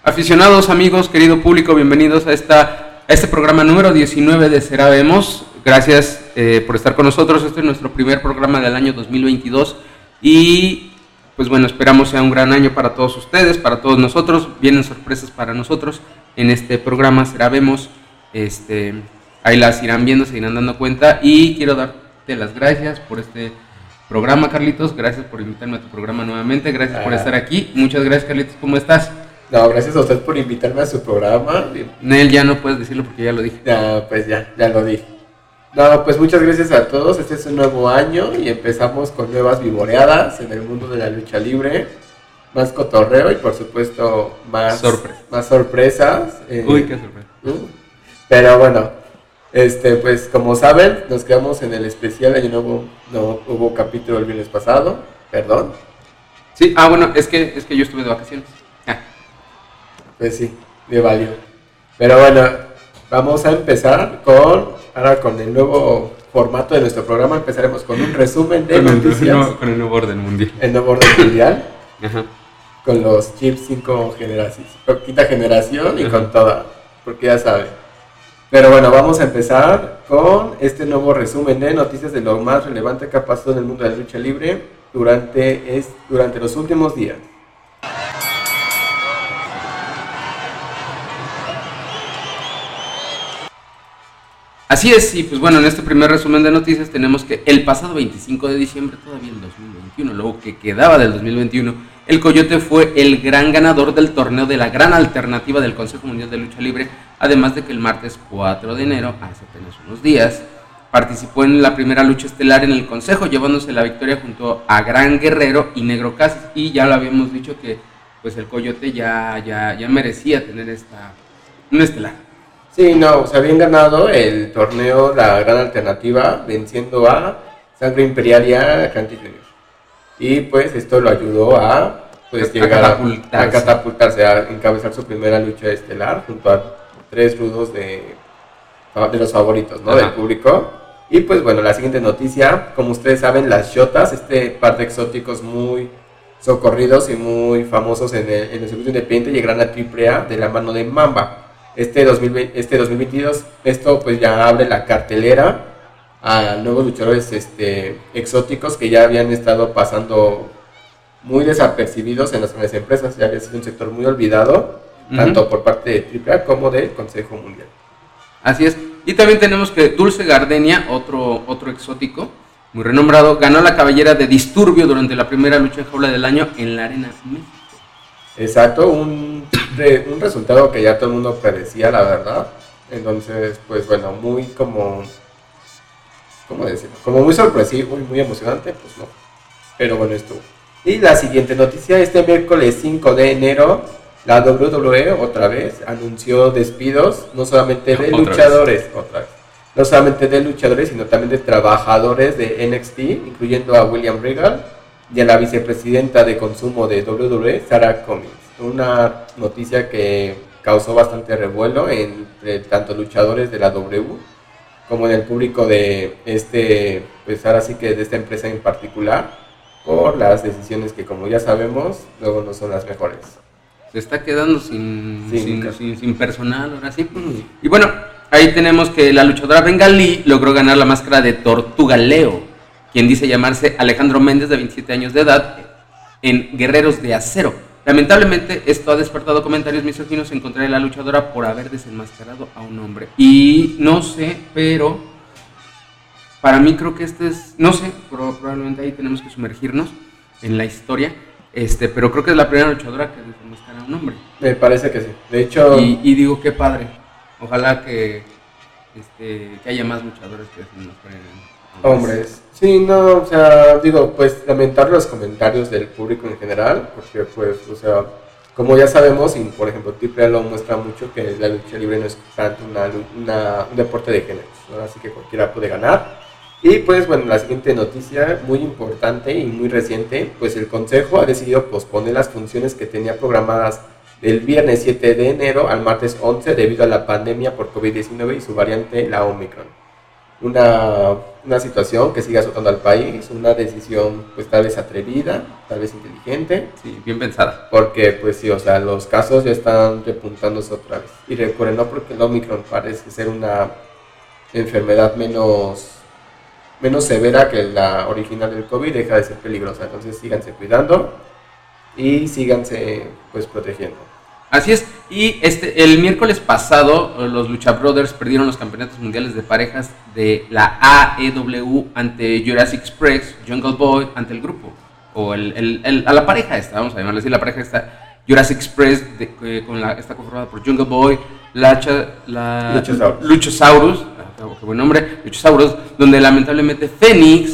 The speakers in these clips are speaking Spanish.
Aficionados, amigos, querido público, bienvenidos a este programa número 19 de Serabemos. Gracias por estar con nosotros. Este es nuestro primer programa del año 2022 y pues bueno, esperamos sea un gran año para todos ustedes, para todos nosotros. Vienen sorpresas para nosotros en este programa Serabemos. Ahí las irán viendo, se irán dando cuenta y quiero darte las gracias por este programa, Carlitos. Gracias por invitarme a tu programa nuevamente. Gracias por estar aquí. Muchas gracias, Carlitos. ¿Cómo estás? No, gracias a usted por invitarme a su programa. Nel, ya no puedes decirlo porque ya lo dije. No, pues ya lo dije. No, pues muchas gracias a todos. Este es un nuevo año y empezamos con nuevas vivoreadas en el mundo de la lucha libre. Más cotorreo y por supuesto más sorpresas. Uy, qué sorpresa. Pero bueno, pues como saben, nos quedamos en el especial Año Nuevo. No hubo capítulo el viernes pasado, perdón. Sí, bueno, es que yo estuve de vacaciones. Pues sí, me valió. Pero bueno, vamos a empezar con el nuevo formato de nuestro programa. Empezaremos con un resumen de noticias. Con el nuevo orden mundial. El nuevo orden mundial. Ajá. Con los chips 5 generaciones. Quinta generación y con toda. Porque ya saben. Pero bueno, vamos a empezar con este nuevo resumen de noticias de lo más relevante que ha pasado en el mundo de la lucha libre durante los últimos días. Así es, y pues bueno, en este primer resumen de noticias tenemos que el pasado 25 de diciembre, todavía el 2021, luego que quedaba del 2021, el Coyote fue el gran ganador del torneo de la gran alternativa del Consejo Mundial de Lucha Libre, además de que el martes 4 de enero, hace apenas unos días, participó en la primera lucha estelar en el Consejo, llevándose la victoria junto a Gran Guerrero y Negro Casas, y ya lo habíamos dicho que pues el Coyote ya merecía tener un estelar. Sí, no, se habían ganado el torneo, la gran alternativa, venciendo a Sangre Imperial y a Cantis Jr. Y pues esto lo ayudó a llegar a catapultarse, a encabezar su primera lucha estelar junto a tres rudos de los favoritos, ¿no? Del público. Y pues bueno, la siguiente noticia, como ustedes saben, las Shotas, este par de exóticos muy socorridos y muy famosos en el circuito independiente, llegarán a AAA de la mano de Mamba. Este 2022, esto pues ya abre la cartelera a nuevos luchadores exóticos que ya habían estado pasando muy desapercibidos en las grandes empresas. Ya había sido un sector muy olvidado, tanto por parte de AAA como del Consejo Mundial. Así es, y también tenemos que Dulce Gardenia, otro exótico muy renombrado, ganó la cabellera de Disturbio durante la primera lucha en jaula del año en la Arena México. Exacto, un resultado que ya todo el mundo predecía, la verdad. Entonces, pues bueno, muy ¿cómo decirlo? Como muy sorpresivo y muy emocionante, pues no. Pero bueno, estuvo. Y la siguiente noticia, este miércoles 5 de enero, la WWE otra vez anunció despidos, no solamente de luchadores, no solamente de luchadores, sino también de trabajadores de NXT, incluyendo a William Regal y a la vicepresidenta de consumo de WWE, Sarah Cummings. Una noticia que causó bastante revuelo entre tanto luchadores de la W como en el público de pues ahora sí que de esta empresa en particular, por las decisiones que, como ya sabemos, luego no son las mejores. Se está quedando sin personal, ahora sí. Y bueno, ahí tenemos que la luchadora bengalí logró ganar la máscara de Tortuga Leo, quien dice llamarse Alejandro Méndez, de 27 años de edad, en Guerreros de Acero. Lamentablemente, esto ha despertado comentarios misóginos en contra de la luchadora por haber desenmascarado a un hombre. Y no sé, pero para mí creo que no sé, probablemente ahí tenemos que sumergirnos en la historia, pero creo que es la primera luchadora que desenmascara a un hombre. Me parece que sí. De hecho, y digo, qué padre. Ojalá que haya más luchadores que desenmascaren hombres. Sí, no, o sea, digo, pues lamentar los comentarios del público en general, porque pues, o sea, como ya sabemos, y por ejemplo AAA lo muestra mucho, que la lucha libre no es tanto un deporte de géneros, ¿no? Así que cualquiera puede ganar. Y pues bueno, la siguiente noticia, muy importante y muy reciente, pues el Consejo ha decidido posponer las funciones que tenía programadas del viernes 7 de enero al martes 11 debido a la pandemia por COVID-19 y su variante, la Omicron. una situación que siga azotando al país, una decisión pues tal vez atrevida, tal vez inteligente. Sí, bien pensada. Porque pues sí, o sea, los casos ya están repuntándose otra vez. Y recuerden, no porque el Omicron parece ser una enfermedad menos severa que la original del COVID, deja de ser peligrosa. Entonces síganse cuidando y síganse pues protegiendo. Así es, y el miércoles pasado los Lucha Brothers perdieron los campeonatos mundiales de parejas de la AEW ante Jurassic Express, Jungle Boy ante el grupo, o a la pareja esta, vamos a llamarle así, la pareja esta, Jurassic Express, está conformada por Jungle Boy, Luchasaurus, qué buen nombre, Luchasaurus, donde lamentablemente Fénix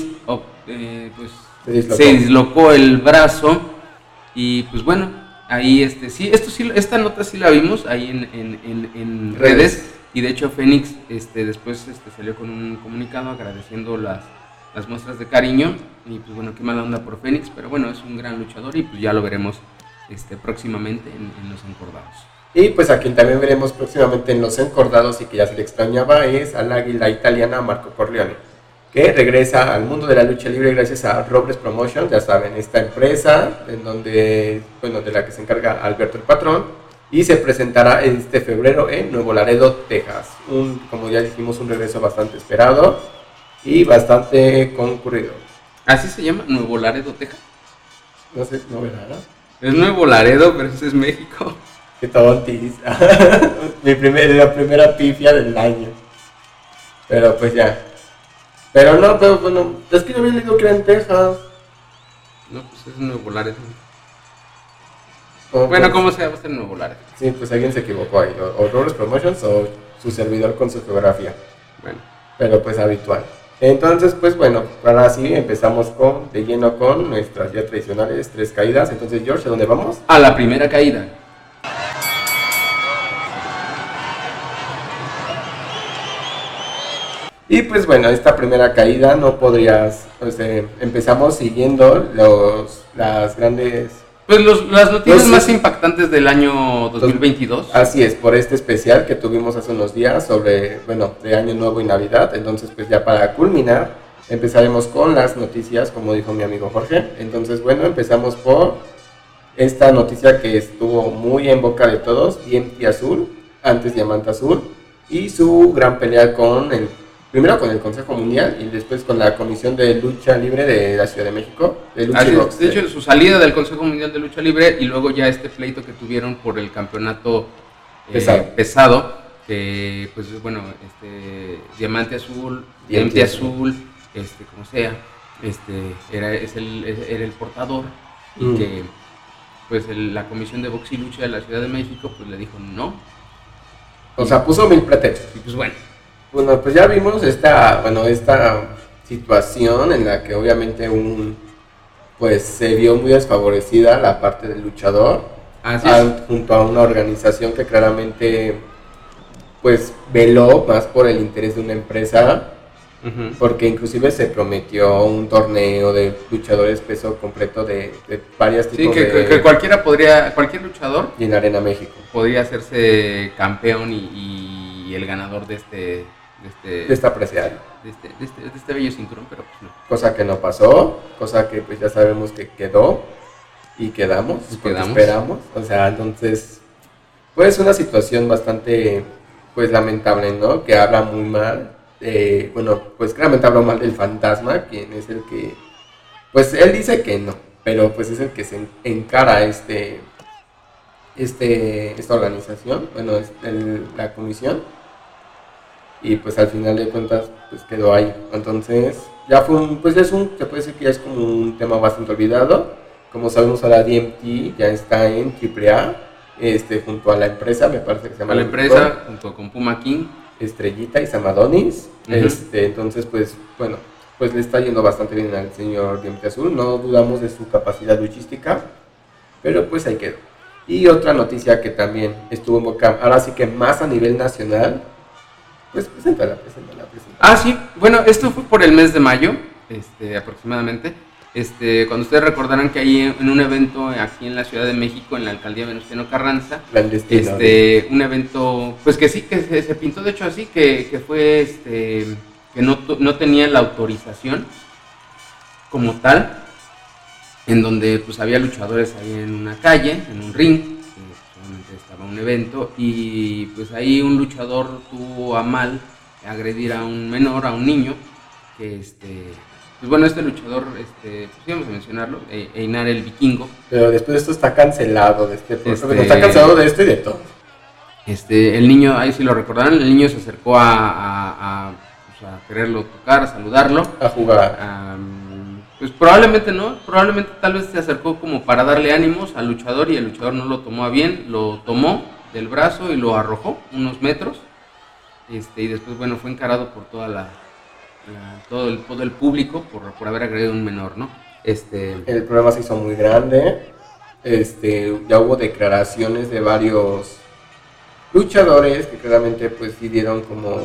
se dislocó el brazo, y pues bueno, ahí esta nota sí la vimos ahí en redes, y de hecho Fénix después salió con un comunicado agradeciendo las muestras de cariño, y pues bueno, qué mala onda por Fénix, pero bueno, es un gran luchador y pues ya lo veremos próximamente en los encordados. Y pues a quien también veremos próximamente en los encordados y que ya se le extrañaba es al águila italiana Marco Corleone, que regresa al mundo de la lucha libre gracias a Robles Promotion, ya saben, esta empresa de la que se encarga Alberto el Patrón, y se presentará este febrero en Nuevo Laredo, Texas. Como ya dijimos, un regreso bastante esperado y bastante concurrido. ¿Así se llama? ¿Nuevo Laredo, Texas? No sé, no verá, ¿no? Es Nuevo Laredo, pero eso es México. Qué tontis. La primera pifia del año. Pero pues ya. Pero bueno, es que yo había leído que era en Texas. No, pues es Nuevo Laredo. Bueno, ¿cómo se llama este Nuevo Laredo? Sí, pues alguien se equivocó ahí. O Robles Promotions o su servidor con su geografía. Bueno. Pero pues habitual. Entonces, pues bueno, ahora sí empezamos de lleno con nuestras ya tradicionales 3 caídas. Entonces, George, ¿a dónde vamos? A la primera caída. Y pues bueno, esta primera caída no podrías, empezamos siguiendo las grandes... Pues las noticias más impactantes del año 2022. Así es, por este especial que tuvimos hace unos días sobre, de Año Nuevo y Navidad. Entonces pues ya para culminar, empezaremos con las noticias, como dijo mi amigo Jorge. Entonces bueno, empezamos por esta noticia que estuvo muy en boca de todos, DMT Azul, antes Diamante Azul, y su gran pelea primero con el Consejo Mundial y después con la Comisión de Lucha Libre de la Ciudad de México. De hecho, su salida del Consejo Mundial de Lucha Libre y luego ya este pleito que tuvieron por el campeonato pesado, que pues bueno, Diamante Azul, DMT Azul, como sea, era el portador, y que pues la Comisión de Box y Lucha de la Ciudad de México pues le dijo no. O sea, puso 1000 pretextos. Y pues bueno. Bueno, pues ya vimos esta situación en la que obviamente pues se vio muy desfavorecida la parte del luchador junto a una organización que claramente pues veló más por el interés de una empresa, porque inclusive se prometió un torneo de luchadores peso completo de varias tipos que cualquier luchador y en Arena México podría hacerse campeón y el ganador de esta preciada de este bello cinturón, pero pues no. Cosa que no pasó, cosa que pues ya sabemos que quedó y quedamos. Esperamos, o sea, entonces pues una situación bastante pues lamentable, ¿no? Que habla muy mal, pues claramente habla mal del Fantasma, quien es el que, pues él dice que no, pero pues es el que se encara esta organización, la comisión, y pues al final de cuentas pues quedó ahí. Entonces ya fue se puede decir que ya es como un tema bastante olvidado. Como sabemos, ahora DMT ya está en AAA, junto a la empresa, me parece que se llama la empresa, junto con Puma King, Estrellita y Samadonis. Entonces pues bueno, pues le está yendo bastante bien al señor DMT Azul, no dudamos de su capacidad luchística, pero pues ahí quedó. Y otra noticia que también estuvo en boca, ahora sí que más a nivel nacional, pues preséntala. Sí, bueno, esto fue por el mes de mayo, aproximadamente. Cuando ustedes recordarán que ahí en un evento aquí en la Ciudad de México, en la alcaldía Venustiano Carranza, un evento, pues que sí, que se pintó de hecho así, que fue que no tenía la autorización como tal, en donde pues había luchadores ahí en una calle, en un ring, que solamente estaba un evento, y pues ahí un luchador tuvo a mal agredir a un menor, a un niño, que pues bueno, este luchador, pues íbamos a mencionarlo, Einar el Vikingo. Pero después de esto está cancelado, está cancelado de esto y de todo. El niño, ahí sí lo recordarán, el niño se acercó a quererlo tocar, a saludarlo. A jugar. Pues probablemente no, probablemente tal vez se acercó como para darle ánimos al luchador y el luchador no lo tomó a bien, lo tomó del brazo y lo arrojó unos metros. Y después, bueno, fue encarado por todo el público por haber agredido a un menor, ¿no? El problema se hizo muy grande. Ya hubo declaraciones de varios luchadores que claramente pues sí dieron como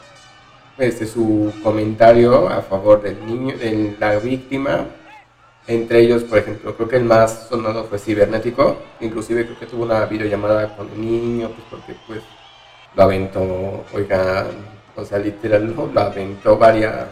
su comentario a favor del niño, de la víctima. Entre ellos, por ejemplo, creo que el más sonado fue Cibernético. Inclusive creo que tuvo una videollamada con el niño, pues porque pues lo aventó, oigan, o sea, literal, ¿no? Lo aventó varias...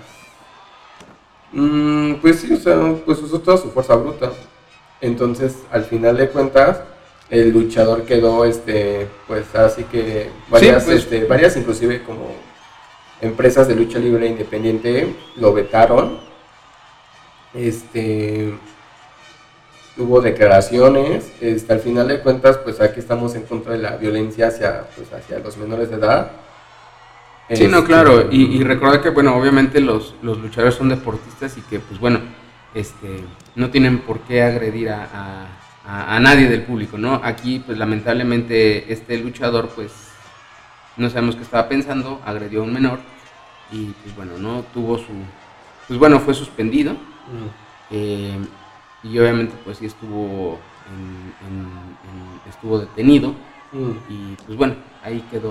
pues sí, o sea, pues usó toda su fuerza bruta. Entonces, al final de cuentas, el luchador quedó, pues así que varias, sí, pues, varias inclusive como empresas de lucha libre independiente lo vetaron. Hubo declaraciones, al final de cuentas, pues aquí estamos en contra de la violencia hacia los menores de edad. Sí, no, claro, y recordar que, bueno, obviamente los luchadores son deportistas y que, pues bueno, no tienen por qué agredir a nadie del público, ¿no? Aquí, pues lamentablemente, este luchador, pues, no sabemos qué estaba pensando, agredió a un menor y, pues bueno, no tuvo pues bueno, fue suspendido. Y obviamente pues sí estuvo detenido y pues bueno, ahí quedó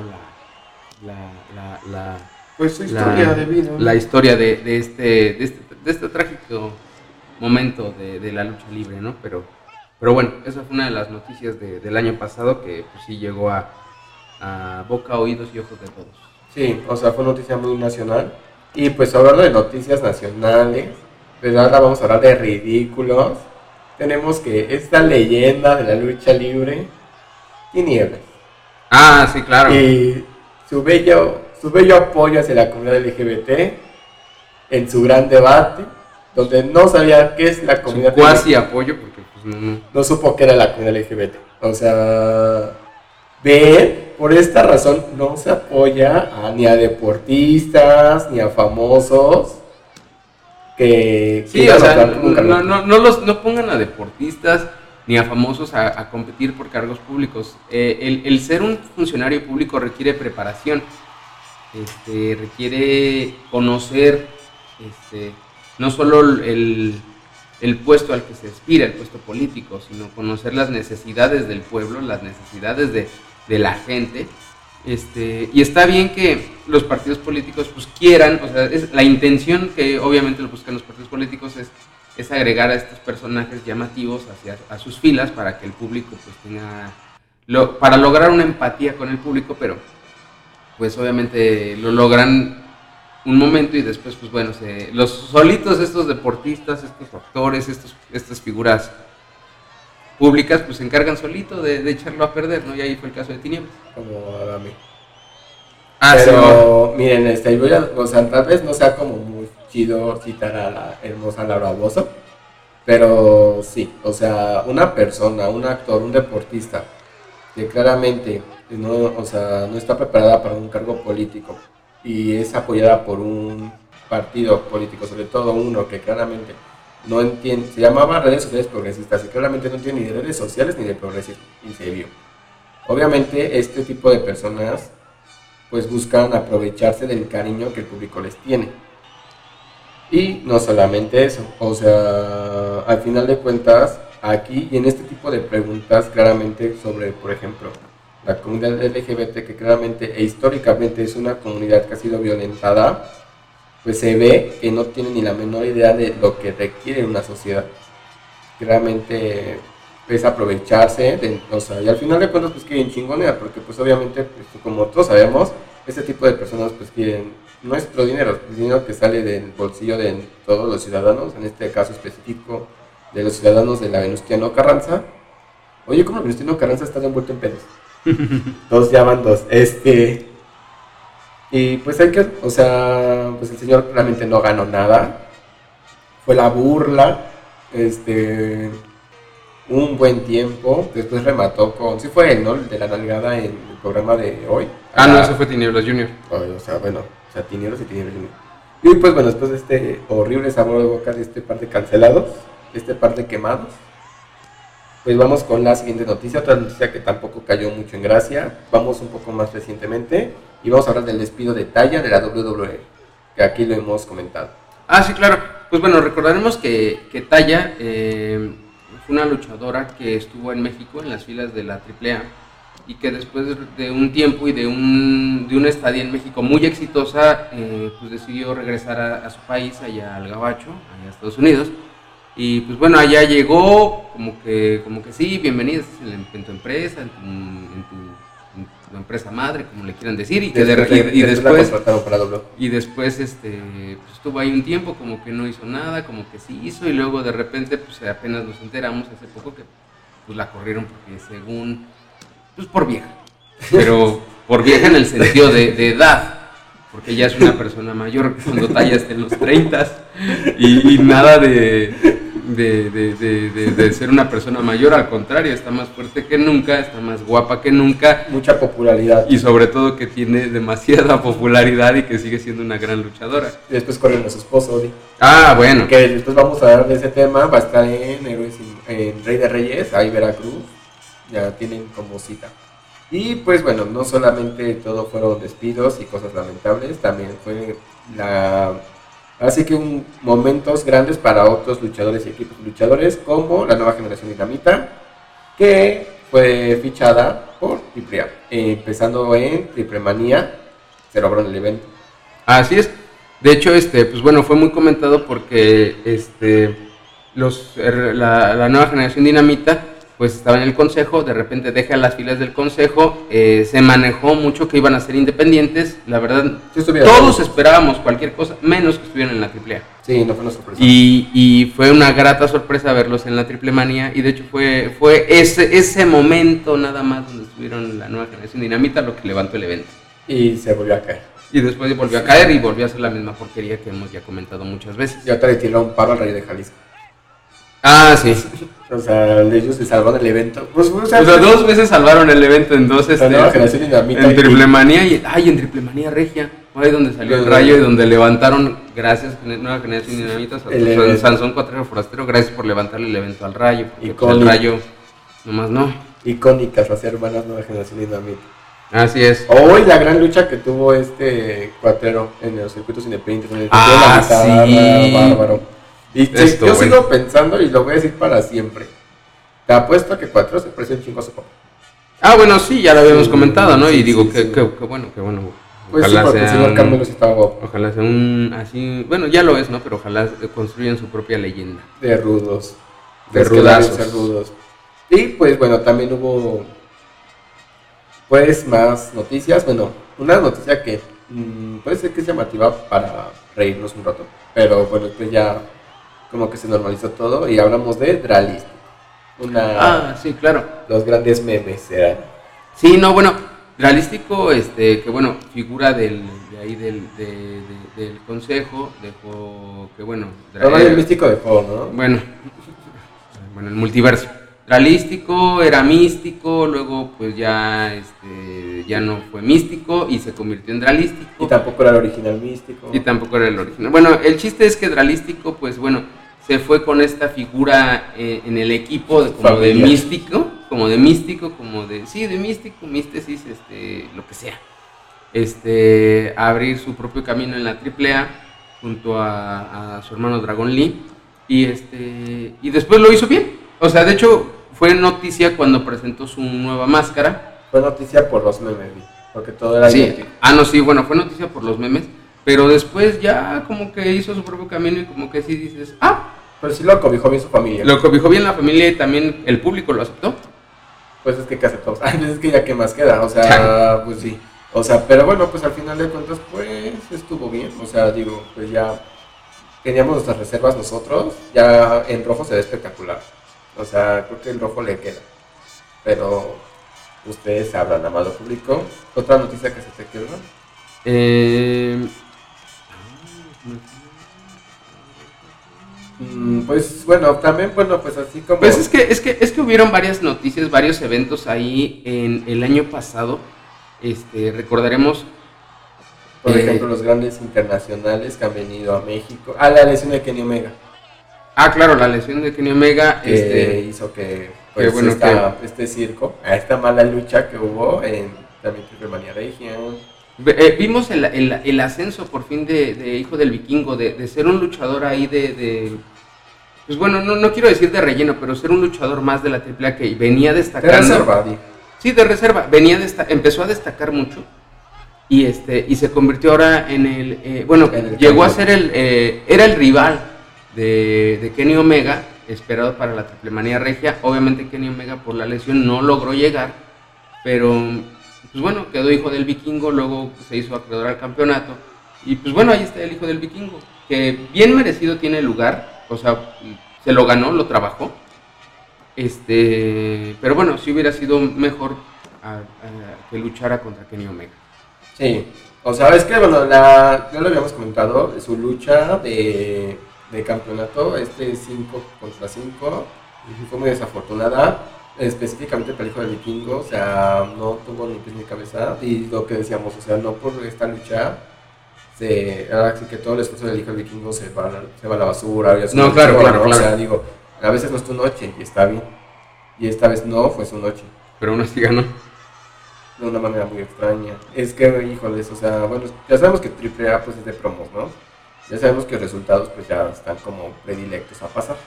pues su historia de vida, ¿no? La historia de este trágico momento de la lucha libre, ¿no? Pero bueno, esa fue una de las noticias del año pasado que pues sí llegó a boca, oídos y ojos de todos. Sí, o sea, fue noticia muy nacional. Y pues hablando de noticias nacionales, pues ahora vamos a hablar de ridículos. Tenemos que esta leyenda de la lucha libre, Tinieblas. Ah, sí, claro. Y su bello apoyo hacia la comunidad LGBT en su gran debate, donde no sabía qué es la comunidad LGBT. Cuasi apoyo, porque pues no supo qué era la comunidad LGBT. O sea, por esta razón no se apoya ni a deportistas, ni a famosos. Sí, o sea, no pongan a deportistas ni a famosos a competir por cargos públicos. El ser un funcionario público requiere preparación, requiere conocer no solo el puesto al que se aspira, el puesto político, sino conocer las necesidades del pueblo, las necesidades de la gente. Y está bien que los partidos políticos pues quieran, o sea, es la intención que obviamente lo buscan los partidos políticos es agregar a estos personajes llamativos a sus filas para que el público pues tenga, para lograr una empatía con el público, pero pues obviamente lo logran un momento y después pues bueno, los solitos estos deportistas, estos actores, estas figuras públicas pues se encargan solito de echarlo a perder, ¿no? Y ahí fue el caso de Tinieblas. Como a mí. Pero sí, miren, o sea, tal vez no sea como muy chido citar a la hermosa Laura Bozzo, pero sí, o sea, una persona, un actor, un deportista que claramente no está preparada para un cargo político y es apoyada por un partido político, sobre todo uno que claramente no entiende, se llamaba redes sociales progresistas y claramente no entiende ni de redes sociales ni de progresismo, y se vio. Obviamente este tipo de personas pues buscan aprovecharse del cariño que el público les tiene. Y no solamente eso, o sea, al final de cuentas, aquí y en este tipo de preguntas claramente sobre, por ejemplo, la comunidad LGBT, que claramente e históricamente es una comunidad que ha sido violentada, pues se ve que no tiene ni la menor idea de lo que requiere una sociedad. Claramente es aprovecharse, o sea, y al final de cuentas pues quieren chingonear, porque pues obviamente, pues, como todos sabemos, este tipo de personas pues quieren nuestro dinero, el dinero que sale del bolsillo de todos los ciudadanos, en este caso específico de los ciudadanos de la Venustiano Carranza. Oye, ¿cómo Venustiano Carranza está envuelto en pedos? Dos, ya van dos. Y pues hay que, o sea, pues el señor realmente no ganó nada. Fue la burla, un buen tiempo. Después remató con, sí fue él, ¿no? El de la nalgada en el programa de hoy. No, ese fue Tinieblas Junior. O sea, bueno, o sea, Tinieblas y Tinieblas Junior. Y pues bueno, después de este horrible sabor de boca de este par de cancelados, este par de quemados, pues vamos con la siguiente noticia, otra noticia que tampoco cayó mucho en gracia. Vamos un poco más recientemente y vamos a hablar del despido de Taya de la WWE, que aquí lo hemos comentado. Sí, claro. Pues bueno, recordaremos que Taya fue una luchadora que estuvo en México en las filas de la AAA y que después de un tiempo y de una estadía en México muy exitosa, pues decidió regresar a su país, allá al Gabacho, allá a Estados Unidos. Y pues bueno, allá llegó como que sí, bienvenido en tu empresa, en tu empresa madre, como le quieran decir, y después pues estuvo ahí un tiempo como que no hizo nada, como que sí hizo, y luego de repente pues apenas nos enteramos hace poco que pues la corrieron porque según, pues por vieja, pero por vieja en el sentido de edad, porque ella es una persona mayor cuando Taya esté en los 30 y nada de ser una persona mayor, al contrario, está más fuerte que nunca, está más guapa que nunca. Mucha popularidad. Y sobre todo que tiene demasiada popularidad y que sigue siendo una gran luchadora. Y después corren a su esposo, Odi. Bueno. Que después vamos a hablar de ese tema, va a estar en Rey de Reyes, ahí Veracruz, ya tienen como cita. Y pues bueno, no solamente todo fueron despidos y cosas lamentables, también fue así que momentos grandes para otros luchadores y equipos luchadores, como la nueva generación Dinamita, que fue fichada por AAA, empezando en Triplemanía, se logró en el evento. Así es. De hecho, pues bueno, fue muy comentado porque la nueva generación Dinamita pues estaba en el consejo, de repente deja las filas del consejo, se manejó mucho que iban a ser independientes, la verdad, sí, todos esperábamos cualquier cosa, menos que estuvieran en la AAA. Sí, no fue una sorpresa. Y fue una grata sorpresa verlos en la Triplemanía, y de hecho fue ese momento nada más donde estuvieron la nueva generación Dinamita lo que levantó el evento. Y se volvió a caer. Y después volvió a caer y volvió a hacer la misma porquería que hemos ya comentado muchas veces. Y ahorita le tiró un paro al Rey de Jalisco. Sí. O sea, ellos se salvaron el evento. Pues, o sea, dos veces salvaron el evento en dos en Triplemanía y en Triplemanía Regia, ahí donde salió el Rayo y donde levantaron, gracias nueva generación Dinamita, Sansón Cuatrero Forastero, gracias por levantarle el evento al Rayo, porque pues, el Rayo nomás no. Icónicas las hermanas nueva generación Dinamita. Así es. Hoy la gran lucha que tuvo Cuatrero en los circuitos independientes, en el que sí. Bárbaro. Y yo sigo pensando, y lo voy a decir para siempre, te apuesto a que Cuatrero se pareció un chingo a su papá. Bueno, sí, ya lo habíamos comentado, ¿no? Y digo, que bueno. Pues ojalá porque el señor Carmelo sí estaba guapo. Ojalá sea así, bueno, ya lo es, ¿no? Pero ojalá construyan su propia leyenda. De rudos. De rudazos. Rudos. Y pues bueno, también hubo pues más noticias. Bueno, una noticia que puede ser que es llamativa para reírnos un rato, pero bueno, después ya como que se normalizó todo y hablamos de Dralístico. Sí, claro. Los grandes memes eran. Sí, no, bueno, Dralístico, que bueno, figura del consejo, dejó que bueno. El místico dejó, ¿no? Bueno, el multiverso. Dralístico era místico, luego pues ya no fue místico y se convirtió en Dralístico. Y tampoco era el original místico. Bueno, el chiste es que Dralístico pues bueno, se fue con esta figura en el equipo de místico, de místico, místesis, lo que sea. A abrir su propio camino en la AAA junto a su hermano Dragon Lee y después lo hizo bien. O sea, de hecho fue noticia cuando presentó su nueva máscara. Fue noticia por los memes, porque todo era idéntico. Sí, bueno, fue noticia por los memes, pero después ya como que hizo su propio camino y como que sí dices, pero sí lo cobijó bien su familia. Lo cobijó bien la familia y también el público lo aceptó. Pues es que aceptó. Pues es que ya que más queda, o sea, pues sí. O sea, pero bueno, pues al final de cuentas, pues estuvo bien. O sea, digo, pues ya teníamos nuestras reservas nosotros. Ya en rojo se ve espectacular. O sea, creo que el rojo le queda. Pero ustedes hablan, amado público. Otra noticia que se te quedó. Pues bueno, también, bueno, pues así como... Pues es que hubieron varias noticias, varios eventos ahí en el año pasado. Recordaremos... Por ejemplo, los grandes internacionales que han venido a México. Ah, la lesión de Kenny Omega. Ah, claro, la lesión de Kenny Omega. Hizo que, pues, bueno, este circo, a esta mala lucha que hubo en también Triple Regia. Vimos el ascenso por fin de Hijo del Vikingo, de ser un luchador ahí pues bueno, no quiero decir de relleno, pero ser un luchador más de la AAA que venía destacando. De reserva, sí, de reserva. Empezó a destacar mucho y se convirtió ahora en llegó a ser era el rival de Kenny Omega, esperado para la Triple Manía Regia. Obviamente Kenny Omega por la lesión no logró llegar, pero... pues bueno, quedó Hijo del Vikingo, luego se hizo acreedor al campeonato, y pues bueno, ahí está el Hijo del Vikingo, que bien merecido tiene el lugar, o sea, se lo ganó, lo trabajó, pero bueno, sí hubiera sido mejor que luchara contra Kenny Omega. Sí, o sea, es que bueno, ya lo habíamos comentado, su lucha de campeonato, 5 contra 5, fue muy desafortunada. Específicamente para el Hijo del Vikingo, o sea, no tuvo ni pies ni cabeza, y lo que decíamos, o sea, no por esta lucha, ahora sí que todo el esfuerzo del Hijo del Vikingo se va a la basura. No, claro. O sea, digo, a veces no es tu noche y está bien, y esta vez no fue su noche. Pero aún así ganó. De una manera muy extraña. Es que, híjoles, o sea, bueno, ya sabemos que AAA pues es de promos, ¿no? Ya sabemos que los resultados pues ya están como predilectos a pasar.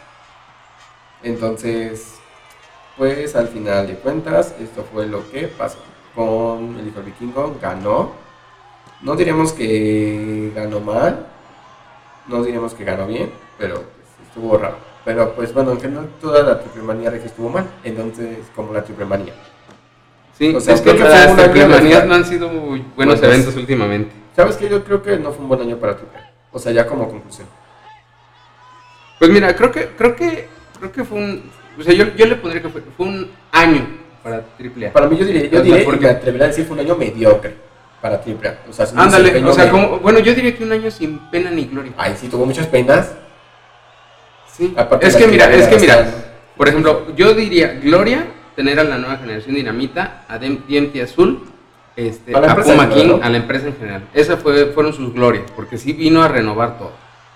Entonces... pues al final de cuentas, esto fue lo que pasó con el Hijo del Vikingo. Ganó. No diríamos que ganó mal, no diríamos que ganó bien, pero pues, estuvo raro. Pero pues bueno, en general toda la Triple Manía Regia estuvo mal, entonces como la Triple Manía. Sí, o sea, es que las Triple Manías no han sido muy buenos eventos últimamente. ¿Sabes qué? Yo creo que no fue un buen año para Triple. O sea, ya como conclusión. Pues mira, creo que fue un... O sea, yo le pondría que fue un año para AAA. Para mí yo diría porque me atrevería a decir fue un año mediocre para AAA. O sea, ándale, o sea, bueno, yo diría que un año sin pena ni gloria. Ay, sí, tuvo muchas penas. Sí, es que mira, por ejemplo, yo diría Gloria, tener a la nueva generación Dinamita, a DMT Azul, a Puma King, ¿no? A la empresa en general. Esas fueron sus glorias, porque sí vino a renovar todo.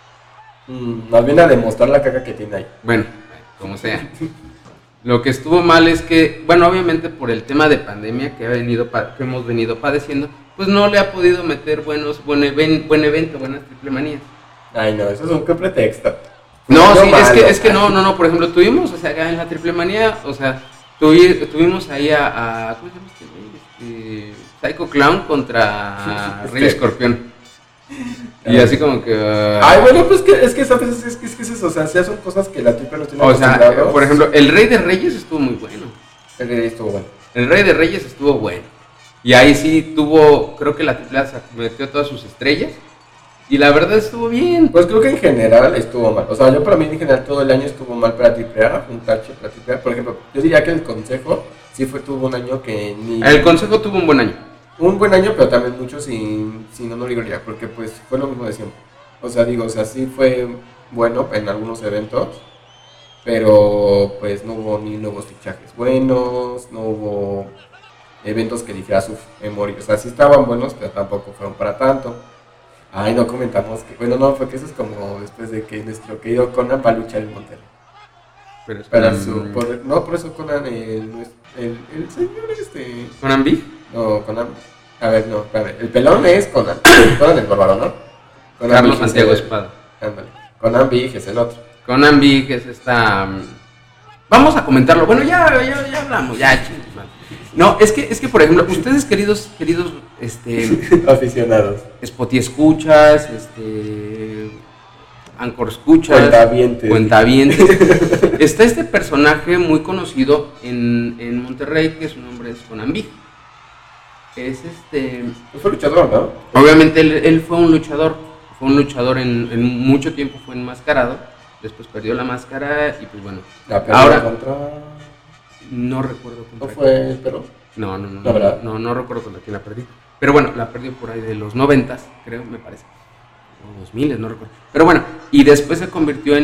Más bien a demostrar la caca que tiene ahí. Bueno, como sea. Lo que estuvo mal es que, bueno, obviamente por el tema de pandemia que hemos venido padeciendo, pues no le ha podido meter buen evento, buenas Triple Manías. Ay, no, eso es un pretexto. No, sí, es que no, por ejemplo, tuvimos, o sea, en la Triple Manía, o sea, tuvimos ahí a ¿cómo se llama este güey? Psycho Clown contra Rey Escorpión. Y así como que... ay, bueno, pues es que a veces es que es eso, o sea, son cosas que la Triple no tiene. O sea, por ejemplo, el Rey de Reyes estuvo muy bueno. El Rey estuvo bueno. El Rey de Reyes estuvo bueno. Y ahí sí creo que la Triple metió todas sus estrellas. Y la verdad estuvo bien. Pues creo que en general estuvo mal. O sea, yo para mí en general todo el año estuvo mal para AAA, un tache para AAA. Por ejemplo, yo diría que el Consejo sí tuvo un año que ni... El Consejo tuvo un buen año. Un buen año, pero también mucho sin honor y gloria, porque pues fue lo mismo de siempre. O sea, sí fue bueno en algunos eventos, pero pues no hubo ni nuevos fichajes buenos, no hubo eventos que dijera su memoria. O sea, sí estaban buenos, pero tampoco fueron para tanto. Ay, no comentamos que, bueno, no, porque eso es como después de que nuestro querido Conan va a luchar en Monterrey. Pero es por eso Conan, el señor ¿Conan B? No, Conan, a ver, no, espérame, el pelón es Conan, Conan el bárbaro, ¿no? Conan Carlos Santiago Espada. Ándale, Conan Big es el otro. Conan Big es esta... Vamos a comentarlo, bueno, ya hablamos, ya chingos, man. No, es que por ejemplo, ustedes queridos aficionados, Spotify escuchas, Anchor escuchas, cuentavientes. Está este personaje muy conocido en Monterrey que su nombre es Conan Big. Fue luchador, ¿no? Obviamente él fue un luchador. Fue un luchador en mucho tiempo, fue enmascarado. Después perdió la máscara y pues bueno. Ahora contra... No recuerdo contra... ¿No fue el Perro? No recuerdo contra quién la perdí. Pero bueno, la perdió por ahí de los 90, creo, me parece. O 2000, no recuerdo. Pero bueno, y después se convirtió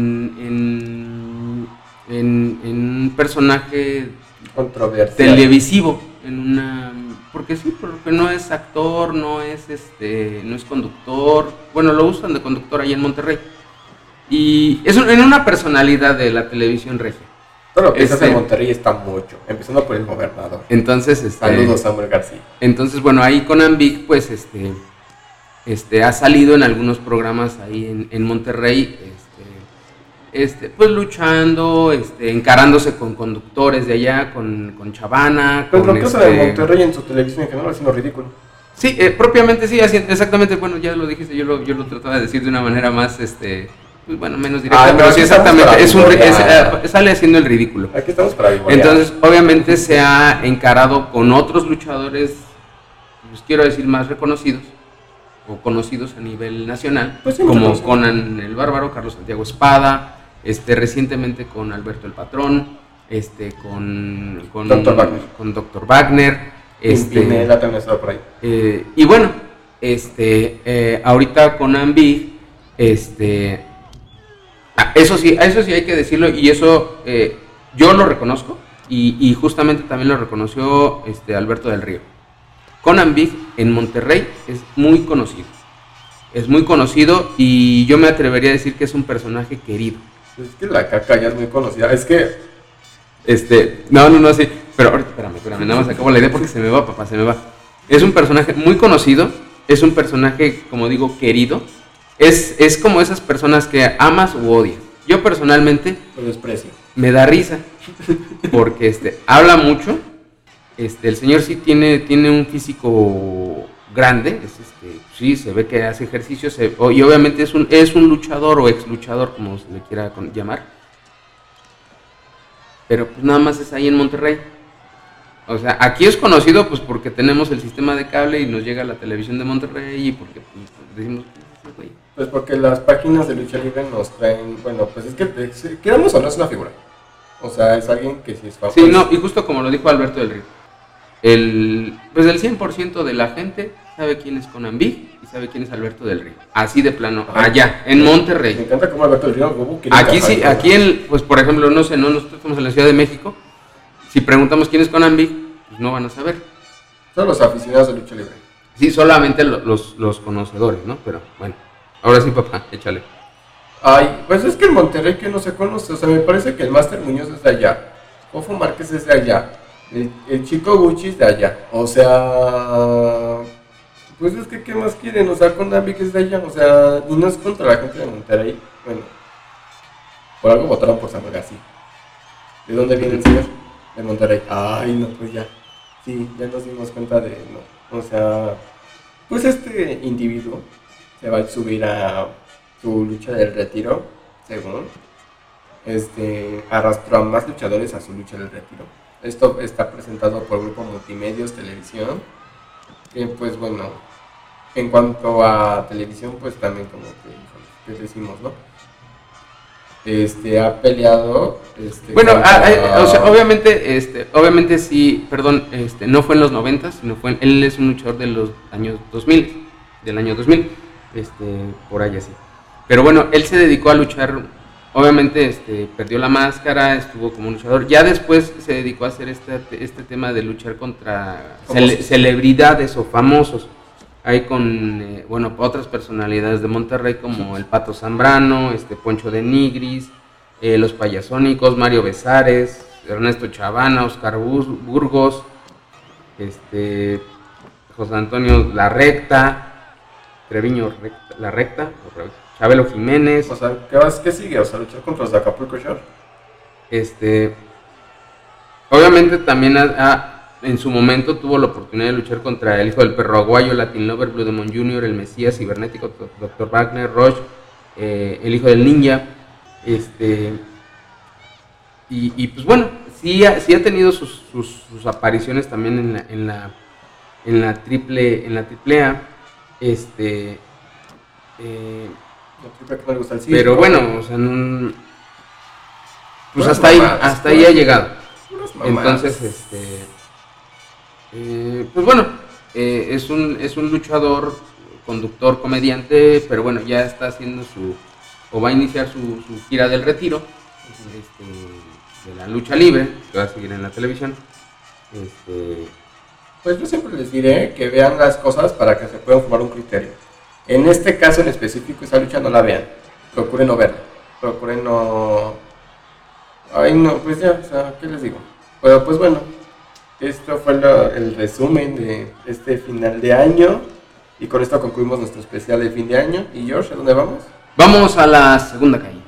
en un personaje controversial, televisivo, porque sí, porque no es actor, no es conductor. Bueno, lo usan de conductor ahí en Monterrey. Y es en una personalidad de la televisión regia. Todo lo que es en Monterrey está mucho, empezando por el gobernador. Entonces, saludos Samuel García. Entonces, bueno, ahí Conan Big, pues, ha salido en algunos programas ahí en Monterrey, pues luchando, encarándose con conductores de allá, con Chavana. Pero lo que pasa de Monterrey en su televisión en general haciendo ridículo. Sí, propiamente sí, exactamente, bueno, ya lo dijiste, yo lo trataba de decir de una manera más, pues bueno, menos directa, pero sí, exactamente, sale haciendo el ridículo. Aquí estamos para vivorear. Entonces, obviamente se ha encarado con otros luchadores, pues quiero decir, más reconocidos o conocidos a nivel nacional, pues sí, como Conan el Bárbaro, Carlos Santiago Espada, recientemente con Alberto el Patrón, con Dr. Wagner, Pinela también estaba por ahí. Y bueno, ahorita Conan Big, eso sí hay que decirlo, y eso yo lo reconozco, y justamente también lo reconoció Alberto del Río. Conan Big en Monterrey es muy conocido, y yo me atrevería a decir que es un personaje querido. Es que la caca ya es muy conocida, es que... No, sí, pero ahorita, espérame, nada más acabo la idea porque se me va, papá, se me va. Es un personaje muy conocido, es un personaje, como digo, querido. Es como esas personas que amas u odias. Yo personalmente lo desprecio. Me da risa porque habla mucho. El señor sí tiene un físico grande, sí se ve que hace ejercicio, y obviamente es un luchador o ex luchador, como se le quiera llamar. Pero pues nada más es ahí en Monterrey. O sea, aquí es conocido pues porque tenemos el sistema de cable y nos llega la televisión de Monterrey, y porque pues, decimos, güey. Pues porque las páginas de lucha libre nos traen, bueno, pues es que queramos o no es una figura. O sea, es alguien que sí es famoso. Sí, no, y justo como lo dijo Alberto del Río, el 100% de la gente sabe quién es Conan Big y sabe quién es Alberto del Río. Así de plano, allá, en Monterrey. Me encanta cómo Alberto del Río... Aquí sí, pues por ejemplo, no sé, nosotros estamos en la Ciudad de México. Si preguntamos quién es Conan Big, pues no van a saber. Son los aficionados de lucha libre. Sí, solamente los conocedores, ¿no? Pero bueno, ahora sí, papá, échale. Ay, pues es que en Monterrey que no se conoce, o sea, me parece que el Máster Muñoz es de allá, Fofo Márquez es de allá, el Chico Gucci es de allá, o sea, pues es que ¿qué más quieren? O sea, Conan Big es de allá, o sea, y no es contra la gente de Monterrey, bueno, por algo votaron por Samuel García. ¿De dónde viene el señor? De Monterrey. Ay, no, pues ya, sí, ya nos dimos cuenta de, no, o sea, pues este individuo se va a subir a su lucha del retiro, según, arrastró a más luchadores a su lucha del retiro. Esto está presentado por Grupo Multimedios Televisión, que pues bueno, en cuanto a televisión, pues también como que, ¿qué decimos, no? Ha peleado, bueno, o sea, obviamente sí, perdón, no fue en los 90, sino él es un luchador de los años 2000, del año 2000, por ahí así. Pero bueno, él se dedicó a luchar, obviamente perdió la máscara, estuvo como un luchador. Ya después se dedicó a hacer este tema de luchar contra celebridades o famosos. Ahí con, otras personalidades de Monterrey como el Pato Zambrano, Poncho de Nigris, los Payasónicos, Mario Besares, Ernesto Chavana, Oscar Burgos, José Antonio La Recta, Treviño La Recta, Chabelo Jiménez. O sea, ¿qué sigue? O sea, luchar contra los de Acapulco Shore. Obviamente también en su momento tuvo la oportunidad de luchar contra el hijo del perro aguayo, Latin Lover, Blue Demon Jr., el Mesías Cibernético, Dr. Wagner, Roche, el hijo del ninja. Y pues bueno, sí ha tenido sus apariciones también en la triple A. Pero bueno, o sea, pues hasta ahí ha llegado. Entonces, pues bueno, es un luchador, conductor, comediante, pero bueno, ya está haciendo va a iniciar su gira del retiro, de la lucha libre, que va a seguir en la televisión. Pues yo siempre les diré que vean las cosas para que se puedan formar un criterio. En este caso en específico, esa lucha no la vean. Procuren no verla. Procuren no... Ay, no, pues ya, o sea, ¿qué les digo? Pero pues bueno, esto fue el resumen de este final de año. Y con esto concluimos nuestro especial de fin de año. ¿Y George, a dónde vamos? Vamos a la segunda caída.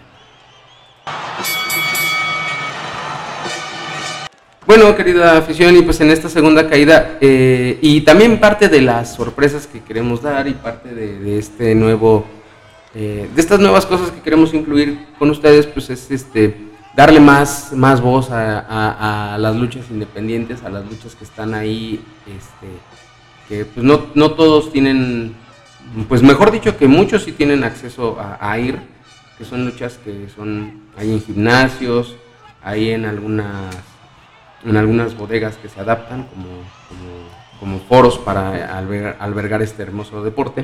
Bueno, querida afición, y pues en esta segunda caída, y también parte de las sorpresas que queremos dar y parte de este nuevo, de estas nuevas cosas que queremos incluir con ustedes, pues es darle más voz a las luchas independientes, a las luchas que están ahí, que pues no todos tienen, pues mejor dicho, que muchos sí tienen acceso a ir, que son luchas que son ahí en gimnasios, ahí en algunas bodegas que se adaptan como foros para albergar este hermoso deporte.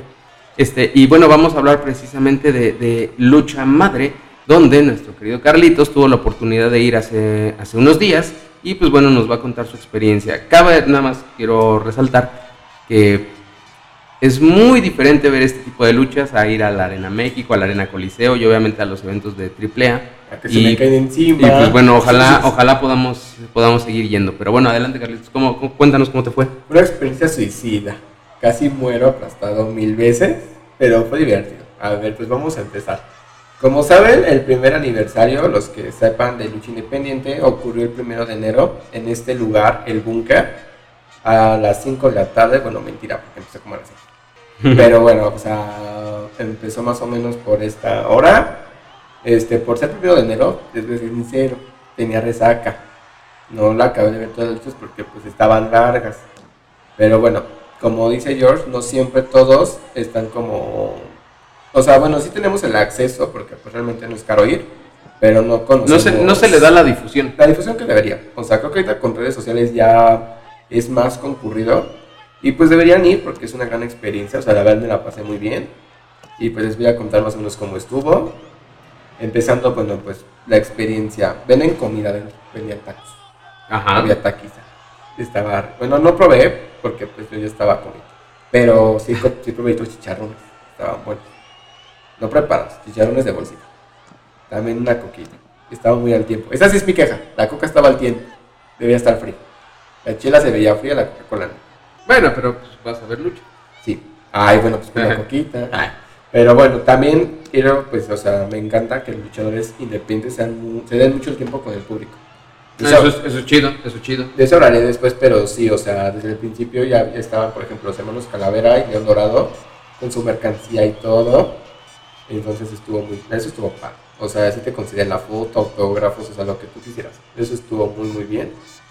Y bueno, vamos a hablar precisamente de Lucha Madre, donde nuestro querido Carlitos tuvo la oportunidad de ir hace unos días y pues bueno, nos va a contar su experiencia. Nada más quiero resaltar que es muy diferente ver este tipo de luchas a ir a la Arena México, a la Arena Coliseo y obviamente a los eventos de AAA. A que se me caen encima. Y pues bueno, ojalá podamos seguir yendo. Pero bueno, adelante Carlitos, cuéntanos cómo te fue. Una experiencia suicida. Casi muero aplastado 1000 veces, pero fue divertido. A ver, pues vamos a empezar. Como saben, el primer aniversario, los que sepan de lucha independiente, ocurrió el 1 de enero en este lugar, el Búnker, a las 5 de la tarde. Bueno, mentira, porque empezó como a las 5. Pero bueno, o sea, empezó más o menos por esta hora. Por ser 1 de enero, les voy a ser sincero, tenía resaca. No la acabé de ver todas las luchas porque pues estaban largas. Pero bueno, como dice George, no siempre todos están como... O sea, bueno, sí tenemos el acceso porque pues realmente no es caro ir, pero no conocemos... No se le da la difusión. La difusión que debería. O sea, creo que ahorita con redes sociales ya es más concurrido. Y pues deberían ir porque es una gran experiencia. O sea, la verdad me la pasé muy bien. Y pues les voy a contar más o menos cómo estuvo. Empezando, bueno, pues la experiencia. Venden comida, vendían tacos. Ajá. Había taquiza. Bueno, no probé porque pues yo ya estaba comiendo. Pero sí probé los chicharrones. Estaban buenos. No preparados, chicharrones de bolsita. También una coquita. Estaba muy al tiempo. Esa sí es mi queja. La coca estaba al tiempo. Debía estar fría. La chela se veía fría, la Coca-Cola no. Bueno, pero pues vas a ver lucha. Sí. Ay, bueno, pues con la coquita. Ay. Pero bueno, también quiero, pues, o sea, me encanta que los luchadores independientes se den mucho el tiempo con el público. Eso es chido. De eso hablaré después, pero sí, o sea, desde el principio ya estaban, por ejemplo, los hermanos Calavera y León Dorado con su mercancía y todo. Entonces eso estuvo padre. O sea, sí te concedían la foto, autógrafos, o sea, lo que tú quisieras. Eso estuvo muy, muy bien.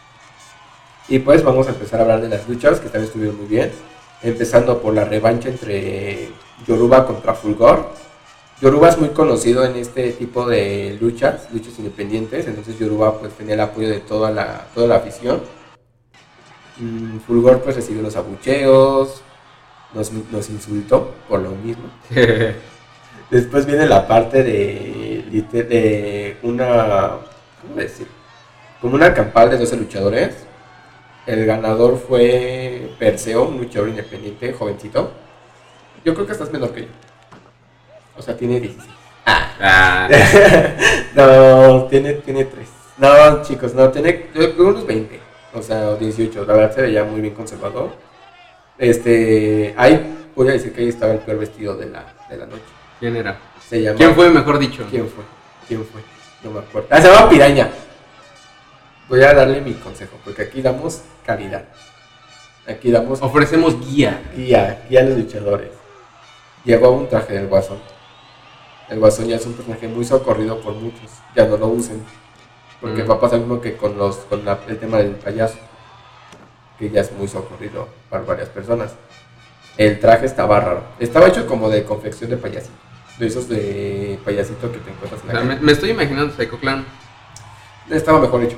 Y pues vamos a empezar a hablar de las luchas, que también estuvieron muy bien. Empezando por la revancha entre Yoruba contra Fulgor. Yoruba es muy conocido en este tipo de luchas independientes. Entonces Yoruba pues tenía el apoyo de toda la afición. Fulgor pues recibió los abucheos, nos insultó por lo mismo. Después viene la parte de una, ¿cómo decir? Como una campal de 12 luchadores. El ganador fue Perseo, un luchador independiente, jovencito. Yo creo que estás menor que yo. O sea, tiene 16. No, tiene 3. No, chicos, no, tiene unos 20. O sea, 18. La verdad se veía muy bien conservador. Ahí voy a decir que ahí estaba el peor vestido de la noche. ¿Quién era? ¿Quién fue, mejor dicho? ¿Quién fue? No me acuerdo. Se llama Piraña. Voy a darle mi consejo, porque aquí damos calidad. Ofrecemos guía a los luchadores. Llegó un traje del Guasón. El Guasón ya es un personaje muy socorrido por muchos. Ya no lo usen. Porque va a pasar lo mismo que con el tema del payaso. que ya es muy socorrido para varias personas. El traje estaba raro. Estaba hecho como de confección de payasito. De esos de payasito que te encuentras en la calle. Me estoy imaginando Psycho Clown. Estaba mejor hecho.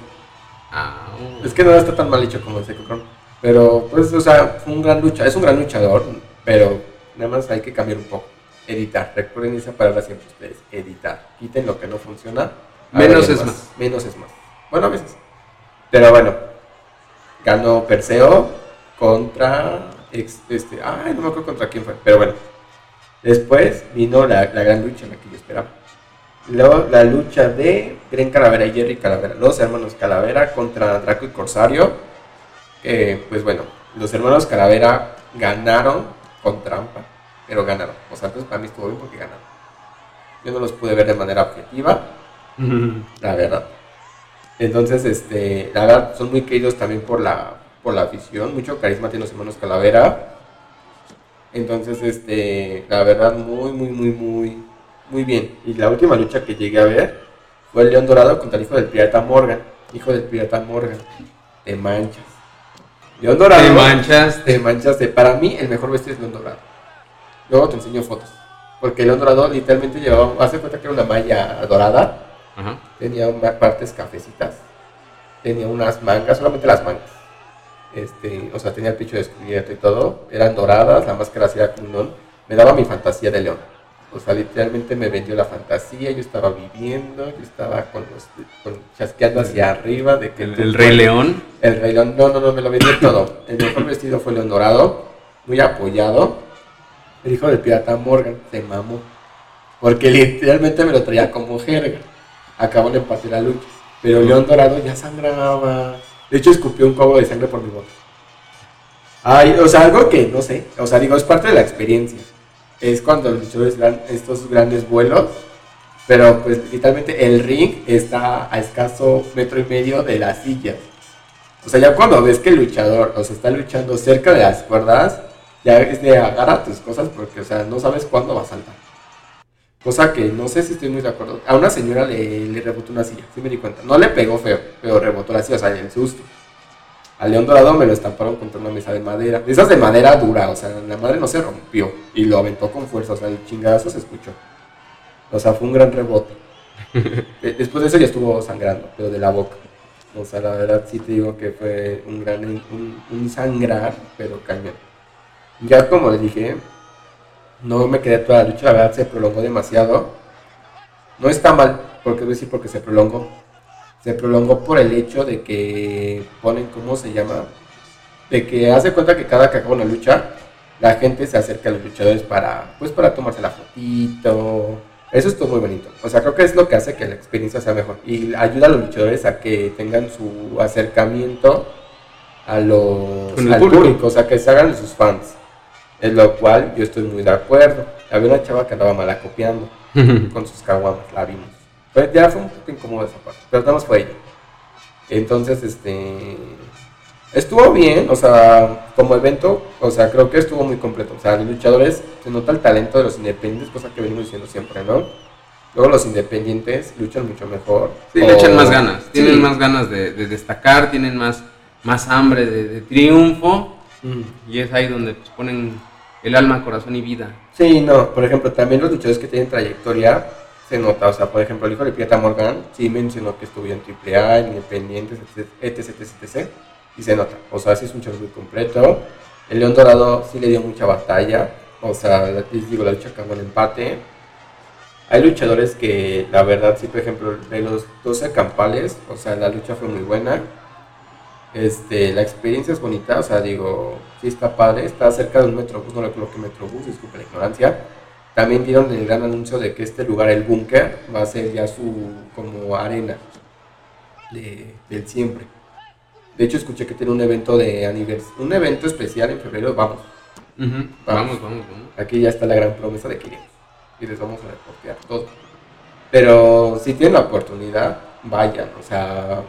Es que no está tan mal hecho como el Psycho Clown. Pero, pues, o sea, fue un gran lucha. Es un gran luchador, pero nada más hay que cambiar un poco. Editar. Recuerden esa palabra siempre ustedes. Editar. Quiten lo que no funciona. Menos es más. Menos es más. Bueno, a veces. Pero bueno. Ganó Perseo contra... no me acuerdo contra quién fue. Pero bueno. Después vino la gran lucha, la que yo esperaba. Luego la lucha de Gren Calavera y Jerry Calavera. Los hermanos Calavera contra Draco y Corsario. Pues bueno, los hermanos Calavera ganaron con trampa. Pero ganaron. O sea, entonces para mí estuvo bien porque ganaron. Yo no los pude ver de manera objetiva. La verdad. Entonces, la verdad, son muy queridos también por la afición. Mucho carisma tienen los hermanos Calavera. Entonces, la verdad, muy bien. Y la última lucha que llegué a ver fue el León Dorado contra el hijo del pirata Morgan. Hijo del pirata Morgan. Te manchas. León Dorado. Te manchas. Para mí, el mejor vestido es León Dorado. Luego te enseño fotos. Porque el León Dorado literalmente llevaba, hace cuenta que era una malla dorada. Ajá. Tenía partes cafecitas. Tenía unas mangas, solamente las mangas. O sea, tenía el pecho descubierto y todo. Eran doradas, la máscara hacía como un león. Me daba mi fantasía de león. O sea, literalmente me vendió la fantasía. Yo estaba viviendo, yo estaba chasqueando hacia arriba. De que ¿El Rey León? El Rey León, no, me lo vendió todo. El mejor vestido fue León Dorado, muy apoyado. El hijo del pirata Morgan se mamó. Porque literalmente me lo traía como jerga. Acabó de empatar la lucha. Pero León Dorado ya sangraba. De hecho, escupió un cobo de sangre por mi boca. Ay, o sea, algo que no sé. O sea, digo, es parte de la experiencia. Es cuando los luchadores dan estos grandes vuelos. Pero, pues, literalmente el ring está a escaso 1.5 metros de las sillas. O sea, ya cuando ves que el luchador, o sea, está luchando cerca de las cuerdas, ya es de agarra tus cosas porque, o sea, no sabes cuándo va a saltar. Cosa que no sé si estoy muy de acuerdo. A una señora le rebotó una silla, sí me di cuenta. No le pegó feo, pero rebotó la silla, o sea, el susto. Al León Dorado me lo estamparon contra una mesa de madera. De esas de madera dura, o sea, la madre no se rompió. Y lo aventó con fuerza, o sea, el chingadazo se escuchó. O sea, fue un gran rebote. Después de eso ya estuvo sangrando, pero de la boca. O sea, la verdad sí te digo que fue un sangrar, pero cañón. Ya como les dije, no me quedé toda la lucha, la verdad se prolongó demasiado. No está mal, porque voy a decir porque se prolongó. Se prolongó por el hecho de que ponen, ¿cómo se llama? De que hace cuenta que cada que acaba una lucha, la gente se acerca a los luchadores para tomarse la fotito. Eso estuvo muy bonito. O sea, creo que es lo que hace que la experiencia sea mejor. Y ayuda a los luchadores a que tengan su acercamiento al público. O sea, que se hagan de sus fans. En lo cual yo estoy muy de acuerdo. Había una chava que andaba malacopiando con sus caguamas, la vimos. Ya fue un poco incómodo esa parte, pero nada más fue ella. Entonces, estuvo bien, o sea, como evento, o sea, creo que estuvo muy completo. O sea, los luchadores, se nota el talento de los independientes, cosa que venimos diciendo siempre, ¿no? Luego los independientes luchan mucho mejor. Sí, le echan más ganas, tienen más ganas de destacar, tienen más hambre de triunfo. Y es ahí donde pues, ponen el alma, corazón y vida. Sí, no, por ejemplo, también los luchadores que tienen trayectoria se nota, o sea, por ejemplo, el hijo de Pirata Morgan sí mencionó que estuvo en AAA, en Independientes, etc. Y se nota, o sea, sí es un show muy completo. El León Dorado sí le dio mucha batalla, o sea, les digo, la lucha acabó en empate. Hay luchadores que, la verdad, sí, por ejemplo, de los 12 campales, o sea, la lucha fue muy buena. La experiencia es bonita, o sea, digo, sí está padre, está cerca de un Metrobús, no recuerdo qué Metrobús, disculpe la ignorancia. También dieron el gran anuncio de que este lugar, el búnker, va a ser ya su como arena del siempre. De hecho, escuché que tiene un evento un evento especial en febrero, vamos. Vamos. Aquí ya está la gran promesa de que iremos y les vamos a reportear todo. Pero si tienen la oportunidad, vayan, o sea...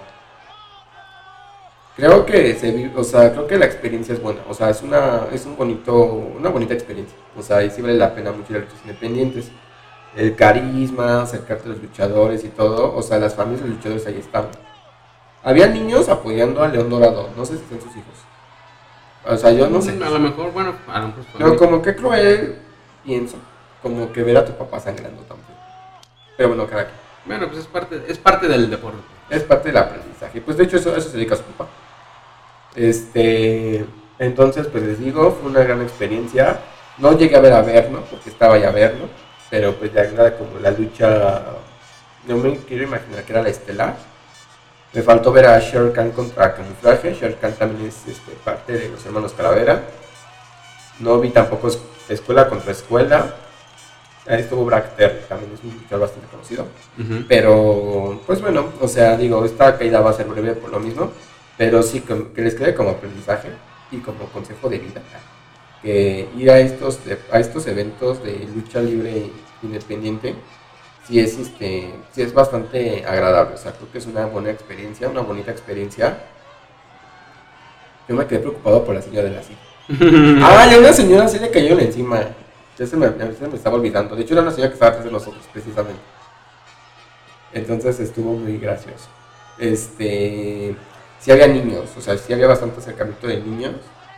Creo que la experiencia es buena, o sea, es una bonita experiencia, o sea, y sí vale la pena mucho ir a luchas independientes. El carisma, acercarte a los luchadores y todo, o sea, las familias de los luchadores ahí estaban. Había niños apoyando a León Dorado, no sé si son sus hijos. O sea, yo no sé. A lo mejor, bueno, a lo mejor. Pero como que cruel, pienso, como que ver a tu papá sangrando tampoco. Pero bueno, cada quien. Bueno, pues es parte del deporte. Es parte del aprendizaje. Pues de hecho eso se dedica a su papá. Entonces, pues les digo, fue una gran experiencia. No llegué a ver, ¿no? Porque estaba ya a verlo. Pero pues ya era como la lucha. No me quiero imaginar que era la estelar. Me faltó ver a Shere Khan contra Camuflaje. Shere Khan también es parte de los hermanos Calavera. No vi tampoco escuela contra escuela. Ahí estuvo Brack Terry, también es un luchador bastante conocido. Uh-huh. Pero, pues bueno, o sea, digo, esta caída va a ser breve por lo mismo. Pero sí, que les quede como aprendizaje y como consejo de vida. Que ir a estos eventos de lucha libre independiente sí es bastante agradable. O sea, creo que es una buena experiencia, una bonita experiencia. Yo me quedé preocupado por la señora de la silla. Ah, ya una señora se le cayó encima. Ya se me estaba olvidando. De hecho, era una señora que estaba atrás de nosotros, precisamente. Entonces estuvo muy gracioso. Sí había niños, o sea, sí había bastante acercamiento de niños.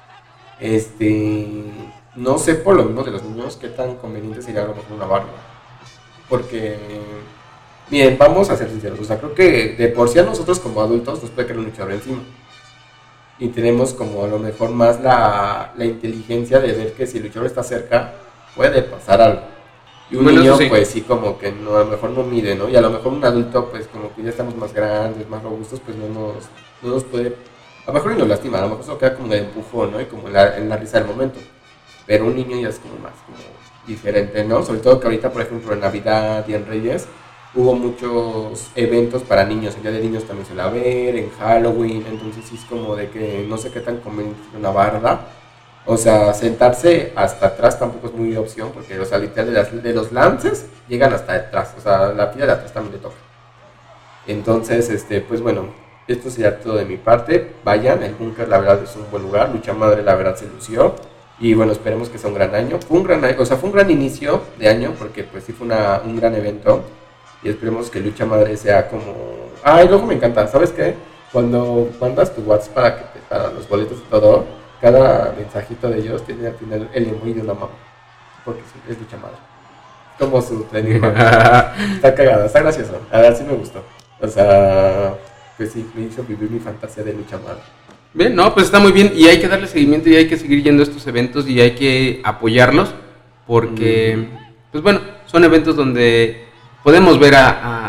No sé por lo mismo de los niños qué tan conveniente sería a lo mejor una barba. Porque, miren, vamos a ser sinceros, o sea, creo que de por sí a nosotros como adultos nos puede caer un luchador encima. Y tenemos como a lo mejor más la inteligencia de ver que si el luchador está cerca, puede pasar algo. Y un niño, sí, pues sí, como que no, a lo mejor no mide, ¿no? Y a lo mejor un adulto, pues como que ya estamos más grandes, más robustos, pues no nos puede, a lo mejor ni nos lastima, a lo mejor solo queda como de empujón, ¿no? Y como en la risa del momento. Pero un niño ya es como más como diferente, ¿no? Sobre todo que ahorita, por ejemplo, en Navidad y en Reyes, hubo muchos eventos para niños. El Día de Niños también se la ver, en Halloween, entonces sí es como de que no sé qué tan conveniente es una barda. O sea, sentarse hasta atrás tampoco es muy opción, porque, o sea, literal de los lances llegan hasta atrás, o sea, la fila de atrás también le toca. Entonces, pues bueno, esto sería todo de mi parte. Vayan, el Búnker la verdad es un buen lugar, Lucha Madre la verdad se lució. Y bueno, esperemos que sea un gran año. Fue un gran inicio de año, porque pues sí fue un gran evento. Y esperemos que Lucha Madre sea como... Ay, luego me encanta, ¿sabes qué? Cuando mandas tu WhatsApp para los boletos y todo, cada mensajito de ellos tiene al final el emoji de una mamá. Porque es Lucha Madre. Como su training. Está cagado, está gracioso. A ver, sí me gustó. O sea, pues sí, me hizo vivir mi fantasía de Lucha Madre. Bien, no, pues está muy bien y hay que darle seguimiento y hay que seguir yendo a estos eventos y hay que apoyarlos porque, pues bueno, son eventos donde podemos ver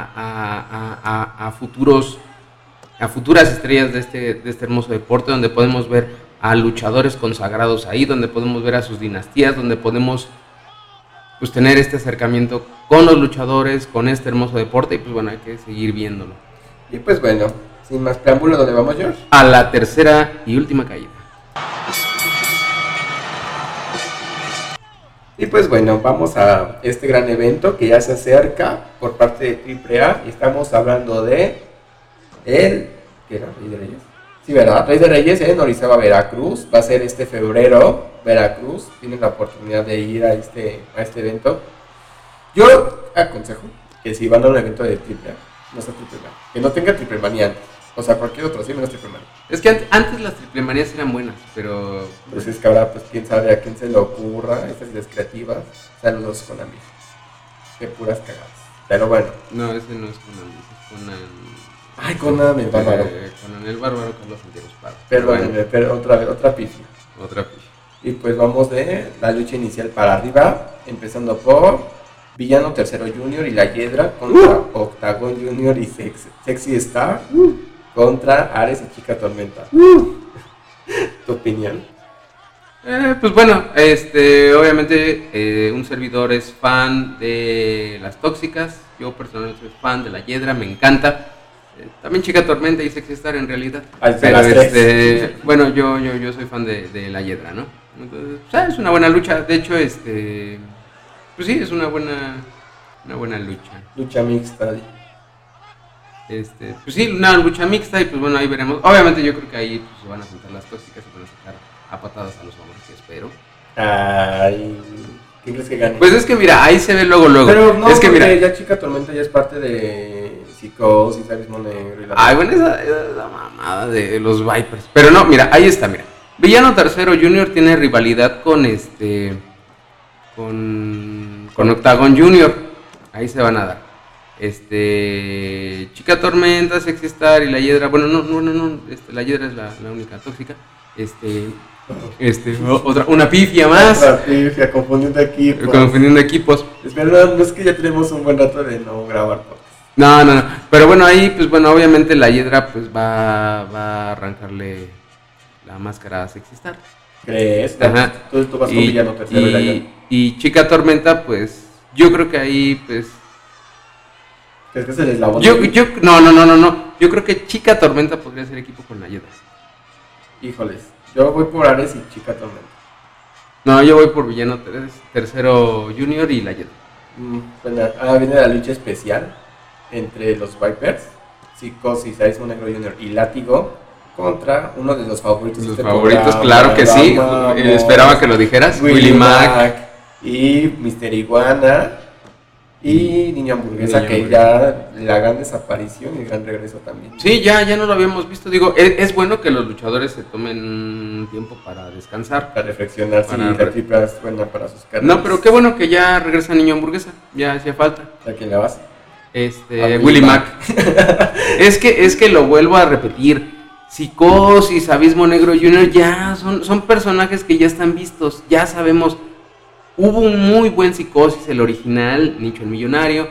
a futuras estrellas de este hermoso deporte, donde podemos ver a luchadores consagrados ahí, donde podemos ver a sus dinastías, donde podemos pues tener este acercamiento con los luchadores, con este hermoso deporte y pues bueno, hay que seguir viéndolo. Y pues bueno, sin más preámbulo, ¿dónde vamos, George? A la tercera y última caída. Y pues bueno, vamos a este gran evento que ya se acerca por parte de AAA y estamos hablando de ¿qué era? ¿Rey de Reyes? Sí, ¿verdad? Rey de Reyes en Orizaba, Veracruz. Va a ser este febrero, Veracruz. Tienes la oportunidad de ir a este evento. Yo aconsejo que si van a un evento de AAA, no sea AAA, que no tenga Triple Manía antes. O sea, cualquier otro, sí, menos Triple Manía. Es que antes las Triple Manías eran buenas, pero... Pues es que ahora, pues quién sabe a quién se le ocurra estas ideas creativas. Saludos, Konami. Qué puras cagadas. Pero bueno. No, ese no es Konami, es Conan... Ay, Conan el Bárbaro. Conan el Bárbaro, Carlos Santiago Espada. Perdónenme, pero otra pifia. Otra pifia. Y pues vamos de la lucha inicial para arriba, empezando por... Villano Tercero Junior y La Hiedra contra Octagon Junior y Sexy Star contra Ares y Chica Tormenta. ¿Tu opinión? Pues bueno, obviamente un servidor es fan de las tóxicas. Yo personalmente soy fan de La Hiedra, me encanta. También Chica Tormenta y Sexy Star en realidad. Pero bueno, yo soy fan de La Hiedra, ¿no? Entonces, es una buena lucha. De hecho, pues sí, es una buena lucha. Lucha mixta. Pues sí, una lucha mixta y pues bueno, ahí veremos. Obviamente yo creo que ahí pues, se van a sentar las tóxicas y van a sacar a patadas a los hombres, que espero. Ay, ¿quién crees que gane? Pues es que mira, ahí se ve luego. Pero no, es que mira, ya Chica Tormenta ya es parte de Psicosis, Abismo Negro y Ay, bueno, esa mamada de los Vipers. Pero no, mira, ahí está, mira. Villano Tercero Junior tiene rivalidad con con Octagon Junior. Ahí se van a dar. Chica Tormenta, Sexy Star y la Hiedra. Bueno, no. La Hiedra es la única tóxica. Otra, una pifia más. Otra pifia, confundiendo equipos. Espera, no es que ya tenemos un buen rato de no grabar. No. Pero bueno, ahí, pues bueno, obviamente la Hiedra pues va a arrancarle la máscara a Sexy Star. ¿Crees? Ajá. Entonces tú vas con Villano Tercero y Chica Tormenta, pues yo creo que ahí, pues. ¿Crees que se les lavó? No. Yo creo que Chica Tormenta podría ser equipo con la Hiedra. Híjoles, yo voy por Ares y Chica Tormenta. No, yo voy por Villano Tercero Junior y la Hiedra. Bueno, ahora viene la lucha especial entre los Vipers, Psicosis, Arismo Negro Junior y Látigo contra uno de los favoritos. Los favoritos, programa, claro que sí. Esperaba que lo dijeras. Willy Mac y Mister Iguana y Niño Hamburguesa, que ya la gran desaparición y el gran regreso también. Sí, ya no lo habíamos visto. Digo, es bueno que los luchadores se tomen un tiempo para descansar, para reflexionar si la tripa es buena para sus carnes. No, pero qué bueno que ya regresa Niño Hamburguesa. Ya hacía falta. ¿A quién le vas? Willy Mac. es que lo vuelvo a repetir. Psicosis, Abismo Negro Junior ya son personajes que ya están vistos, ya sabemos. Hubo un muy buen Psicosis, el original, Nicho el Millonario.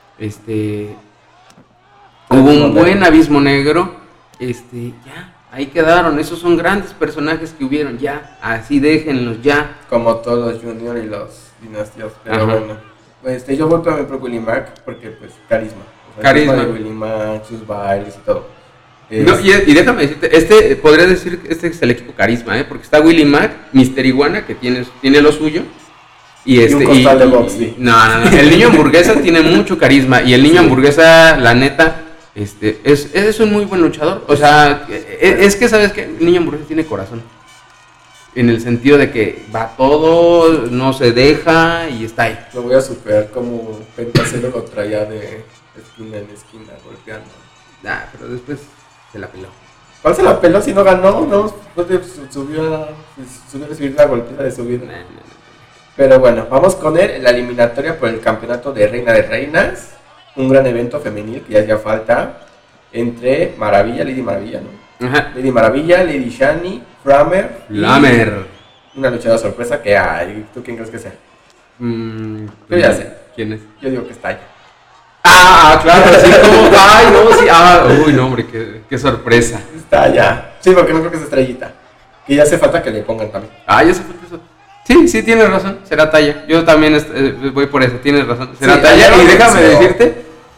Hubo un buen Abismo Negro. Ya, ahí quedaron. Esos son grandes personajes que hubieron, ya. Así déjenlos, ya. Como todos los Junior y los Dinastías. Pero bueno, yo voy también por Willy Mac porque, pues, carisma. Carisma de Willy Mac, sus bailes y todo. No, y déjame decirte, podría decir que este es el equipo carisma, porque está Willy Mac, Mister Iguana, que tiene lo suyo. Y un costal de box, sí. No, el Niño Hamburguesa tiene mucho carisma. Y el Niño Hamburguesa, la neta, es un muy buen luchador. O sea, es que sabes que el Niño Hamburguesa tiene corazón. En el sentido de que va todo, no se deja y está ahí. Lo voy a superar como Pentacero lo traía de esquina en esquina golpeando. Pero después se la peló. ¿Cuál se la peló si no ganó? No, subió a subir la golpiza de subida. No. Pero bueno, vamos con la eliminatoria por el campeonato de Reina de Reinas. Un gran evento femenil que ya hacía falta entre Lady Maravilla, ¿no? Ajá. Lady Maravilla, Lady Shani, Flamer. Una luchadora sorpresa que hay. ¿Tú quién crees que sea? Yo ya sé. ¿Quién es? Yo digo que es Taya. Claro, sí, como. Ay, no, sí. Uy, no, hombre, qué sorpresa. Está ya. Sí, porque no creo que es Estrellita. Que ya hace falta que le pongan también. Ya hace falta eso. Sí, tienes razón, será Talla. Yo también voy por eso, tienes razón. Será Talla y déjame decirte.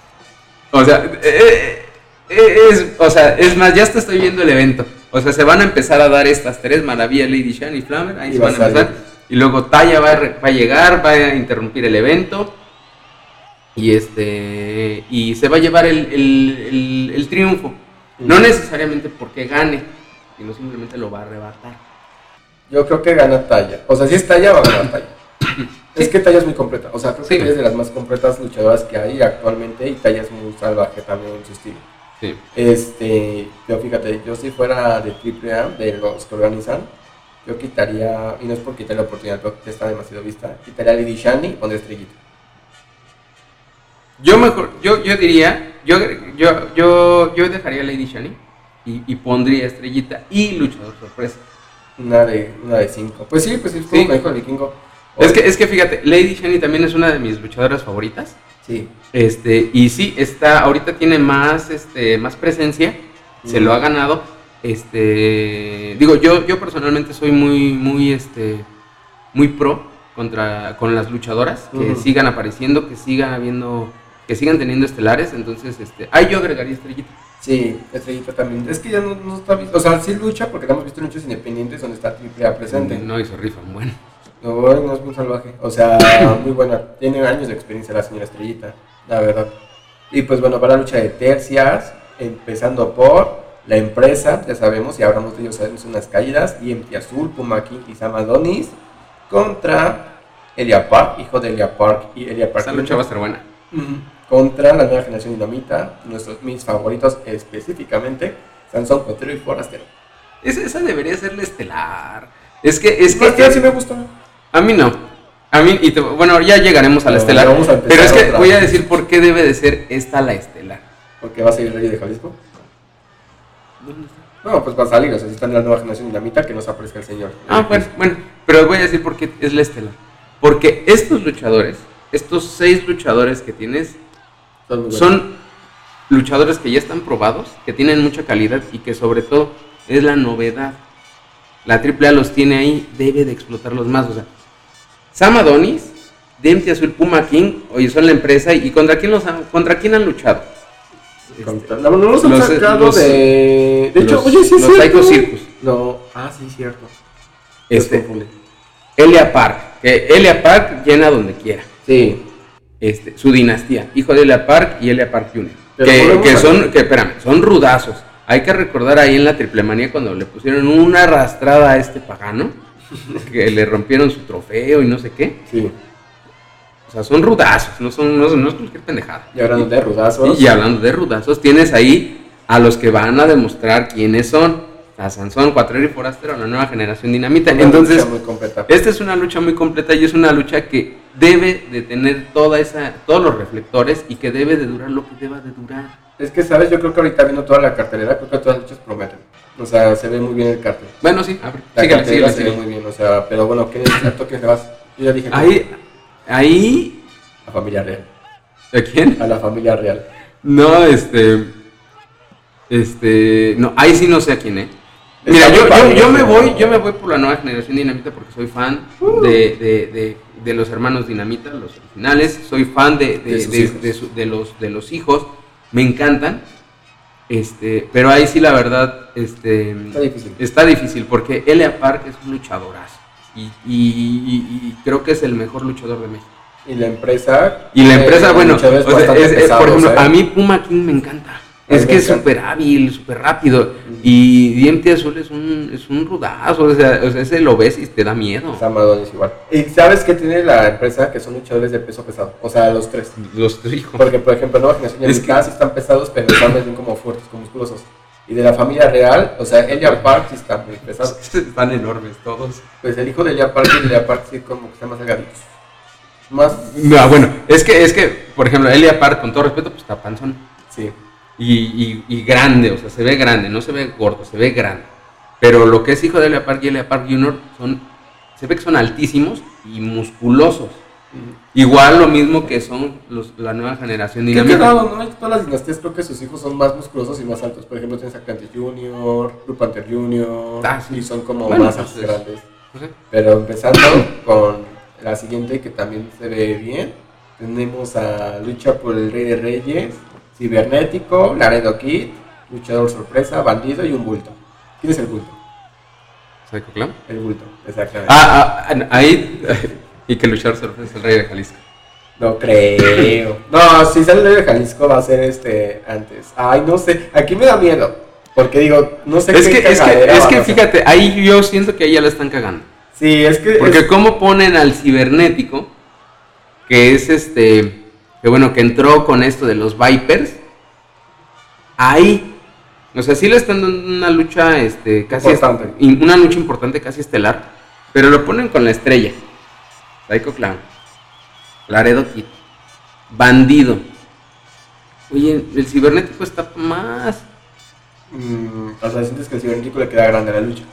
O sea, es más, ya estoy viendo el evento. O sea, se van a empezar a dar estas tres, Maravilla, Lady Shani y Flamer. Ahí se van a empezar. Y luego Talla va a llegar, va a interrumpir el evento. Y se va a llevar el triunfo. No necesariamente porque gane, sino simplemente lo va a arrebatar. Yo creo que gana Talla. O sea, si es Talla, va a ganar Talla. Sí. Es que Talla es muy completa. O sea, creo que Talla es de las más completas luchadoras que hay actualmente. Y Talla es muy salvaje también en su estilo. Sí. Pero fíjate, yo si fuera de AAA, de los que organizan, yo quitaría, y no es por quitar la oportunidad, pero que está demasiado vista, quitaría a Lady Shani y pondría Estrellita. Yo diría, yo dejaría a Lady Shani y pondría Estrellita y Luchador Sorpresa. Una de 5. Pues sí, como dijo el vikingo. Es que fíjate, Lady Shani también es una de mis luchadoras favoritas. Sí. Y sí, ahorita tiene más presencia, se lo ha ganado. Digo, yo personalmente soy muy pro con las luchadoras, que sigan apareciendo, que sigan teniendo estelares. Entonces, ahí yo agregaría Estrellita. Sí, Estrellita también. Es que ya no está visto. O sea, sí lucha porque la hemos visto en luchas independientes donde está AAA presente. No, y se rifan, bueno. No es muy salvaje. O sea, muy buena. Tiene años de experiencia la señora Estrellita, la verdad. Y pues bueno, para la lucha de tercias, empezando por la empresa, ya sabemos, y hablamos de ellos, sabemos unas caídas. DMT Azul, Puma King y Sam Adonis contra Elia Park, hijo de Elia Park y Elia Park. Esa lucha va a ser buena. Contra la nueva generación Dinamita, mis favoritos específicamente, Sansón Cotero y Forastero. Esa debería ser la estelar. Es que sí me gusta. A mí no. A mí, bueno, ya llegaremos a la estelar. Pero es que voy a decir por qué debe de ser esta la estelar. ¿Porque va a salir Rey de Jalisco? ¿Dónde está? No, pues va a salir, o sea, si está en la nueva generación dinamita, que nos aparezca el señor. Bueno, pero voy a decir por qué es la estelar. Porque estos luchadores, estos 6 luchadores que tienes, son luchadores que ya están probados, que tienen mucha calidad y que sobre todo es la novedad. La AAA los tiene ahí, debe de explotarlos más. O sea, Sam Adonis, DMT Azul, Puma King, oye, son la empresa. ¿Y contra quién han luchado? No los han sacado de hecho, oye, sí es cierto. Los Psycho Circus. No, sí, cierto. Elia Park, que Elia Park llena donde quiera. Sí. Su dinastía, hijo de Elia Park y Elia Park Jr. Son rudazos. Hay que recordar ahí en la Triple Manía cuando le pusieron una arrastrada a este pagano, que le rompieron su trofeo y no sé qué. Sí. O sea, son rudazos, no es cualquier pendejada. Y hablando de rudazos. Y hablando de rudazos, tienes ahí a los que van a demostrar quiénes son. A Sansón, Cuatrero y Forastero, la nueva generación dinamita. Entonces, esta es una lucha muy completa y es una lucha que debe de tener todos los reflectores y que debe de durar lo que deba de durar. Es que, ¿sabes? Yo creo que ahorita viendo toda la cartelera, creo que todas las luchas prometen. O sea, se ve muy bien el cartel. Bueno, sí, la cartelera se ve muy bien, o sea, pero bueno, ¿qué toques le vas? Yo ya dije ahí... La familia real. ¿A quién? A la familia real. No, no, ahí sí no sé a quién, Mira, yo me voy por la nueva generación dinamita porque soy fan de los hermanos dinamita, los originales, soy fan de los hijos, me encantan, pero ahí sí la verdad, está difícil porque Elia Park es un luchadorazo y creo que es el mejor luchador de México. Y la empresa, bueno, por ejemplo, a mí Puma King me encanta. Es que es súper hábil, súper rápido. Y DMT Azul es un rudazo. O sea, ese lo ves y te da miedo. Sam Adonis igual. ¿Y sabes qué tiene la empresa? Que son luchadores de peso pesado. O sea, los 3. Los 3, hijo. Porque, por ejemplo, Nueva Generación casi están pesados, pero están bien como fuertes, como musculosos. Y de la familia real, o sea, Elia Park sí están muy pesados. Están enormes todos. Pues el hijo de Elia Park y Elia Park sí como que están más delgaditos. No, bueno, es que, por ejemplo, Elia Park, con todo respeto, pues está panzón. Sí. Y grande, o sea, se ve grande, no se ve gordo, se ve grande. Pero lo que es hijo de Elia Park y Elia Park Jr. se ve que son altísimos y musculosos. Igual lo mismo que son la nueva generación dinamita. Qué raro, ¿no? Todas las dinastías creo que sus hijos son más musculosos y más altos. Por ejemplo, tienes a Cante Jr., Blue Panther Jr. Sí. Y son como más grandes. Sí. Pero empezando con la siguiente que también se ve bien. Tenemos a Lucha por el Rey de Reyes, Cibernético, Laredo Kid, Luchador Sorpresa, Bandido y un bulto. ¿Quién es el bulto? ¿Psycho Clown? El bulto, exactamente. Ahí... Y que Luchador Sorpresa es el Rey de Jalisco. No creo. No, si sale el Rey de Jalisco va a ser antes. Ay, no sé. Aquí me da miedo. Porque digo, no sé es que fíjate, ahí yo siento que ahí ya la están cagando. Sí, es que... Porque cómo ponen al Cibernético, que es que bueno, que entró con esto de los Vipers, ahí, o sea, sí le están dando una lucha casi importante. Una lucha importante, casi estelar, pero lo ponen con la estrella. Psycho Clown, Laredo Kid, Bandido. Oye, el Cibernético está más... o sea, ¿sientes que al Cibernético le queda grande la lucha?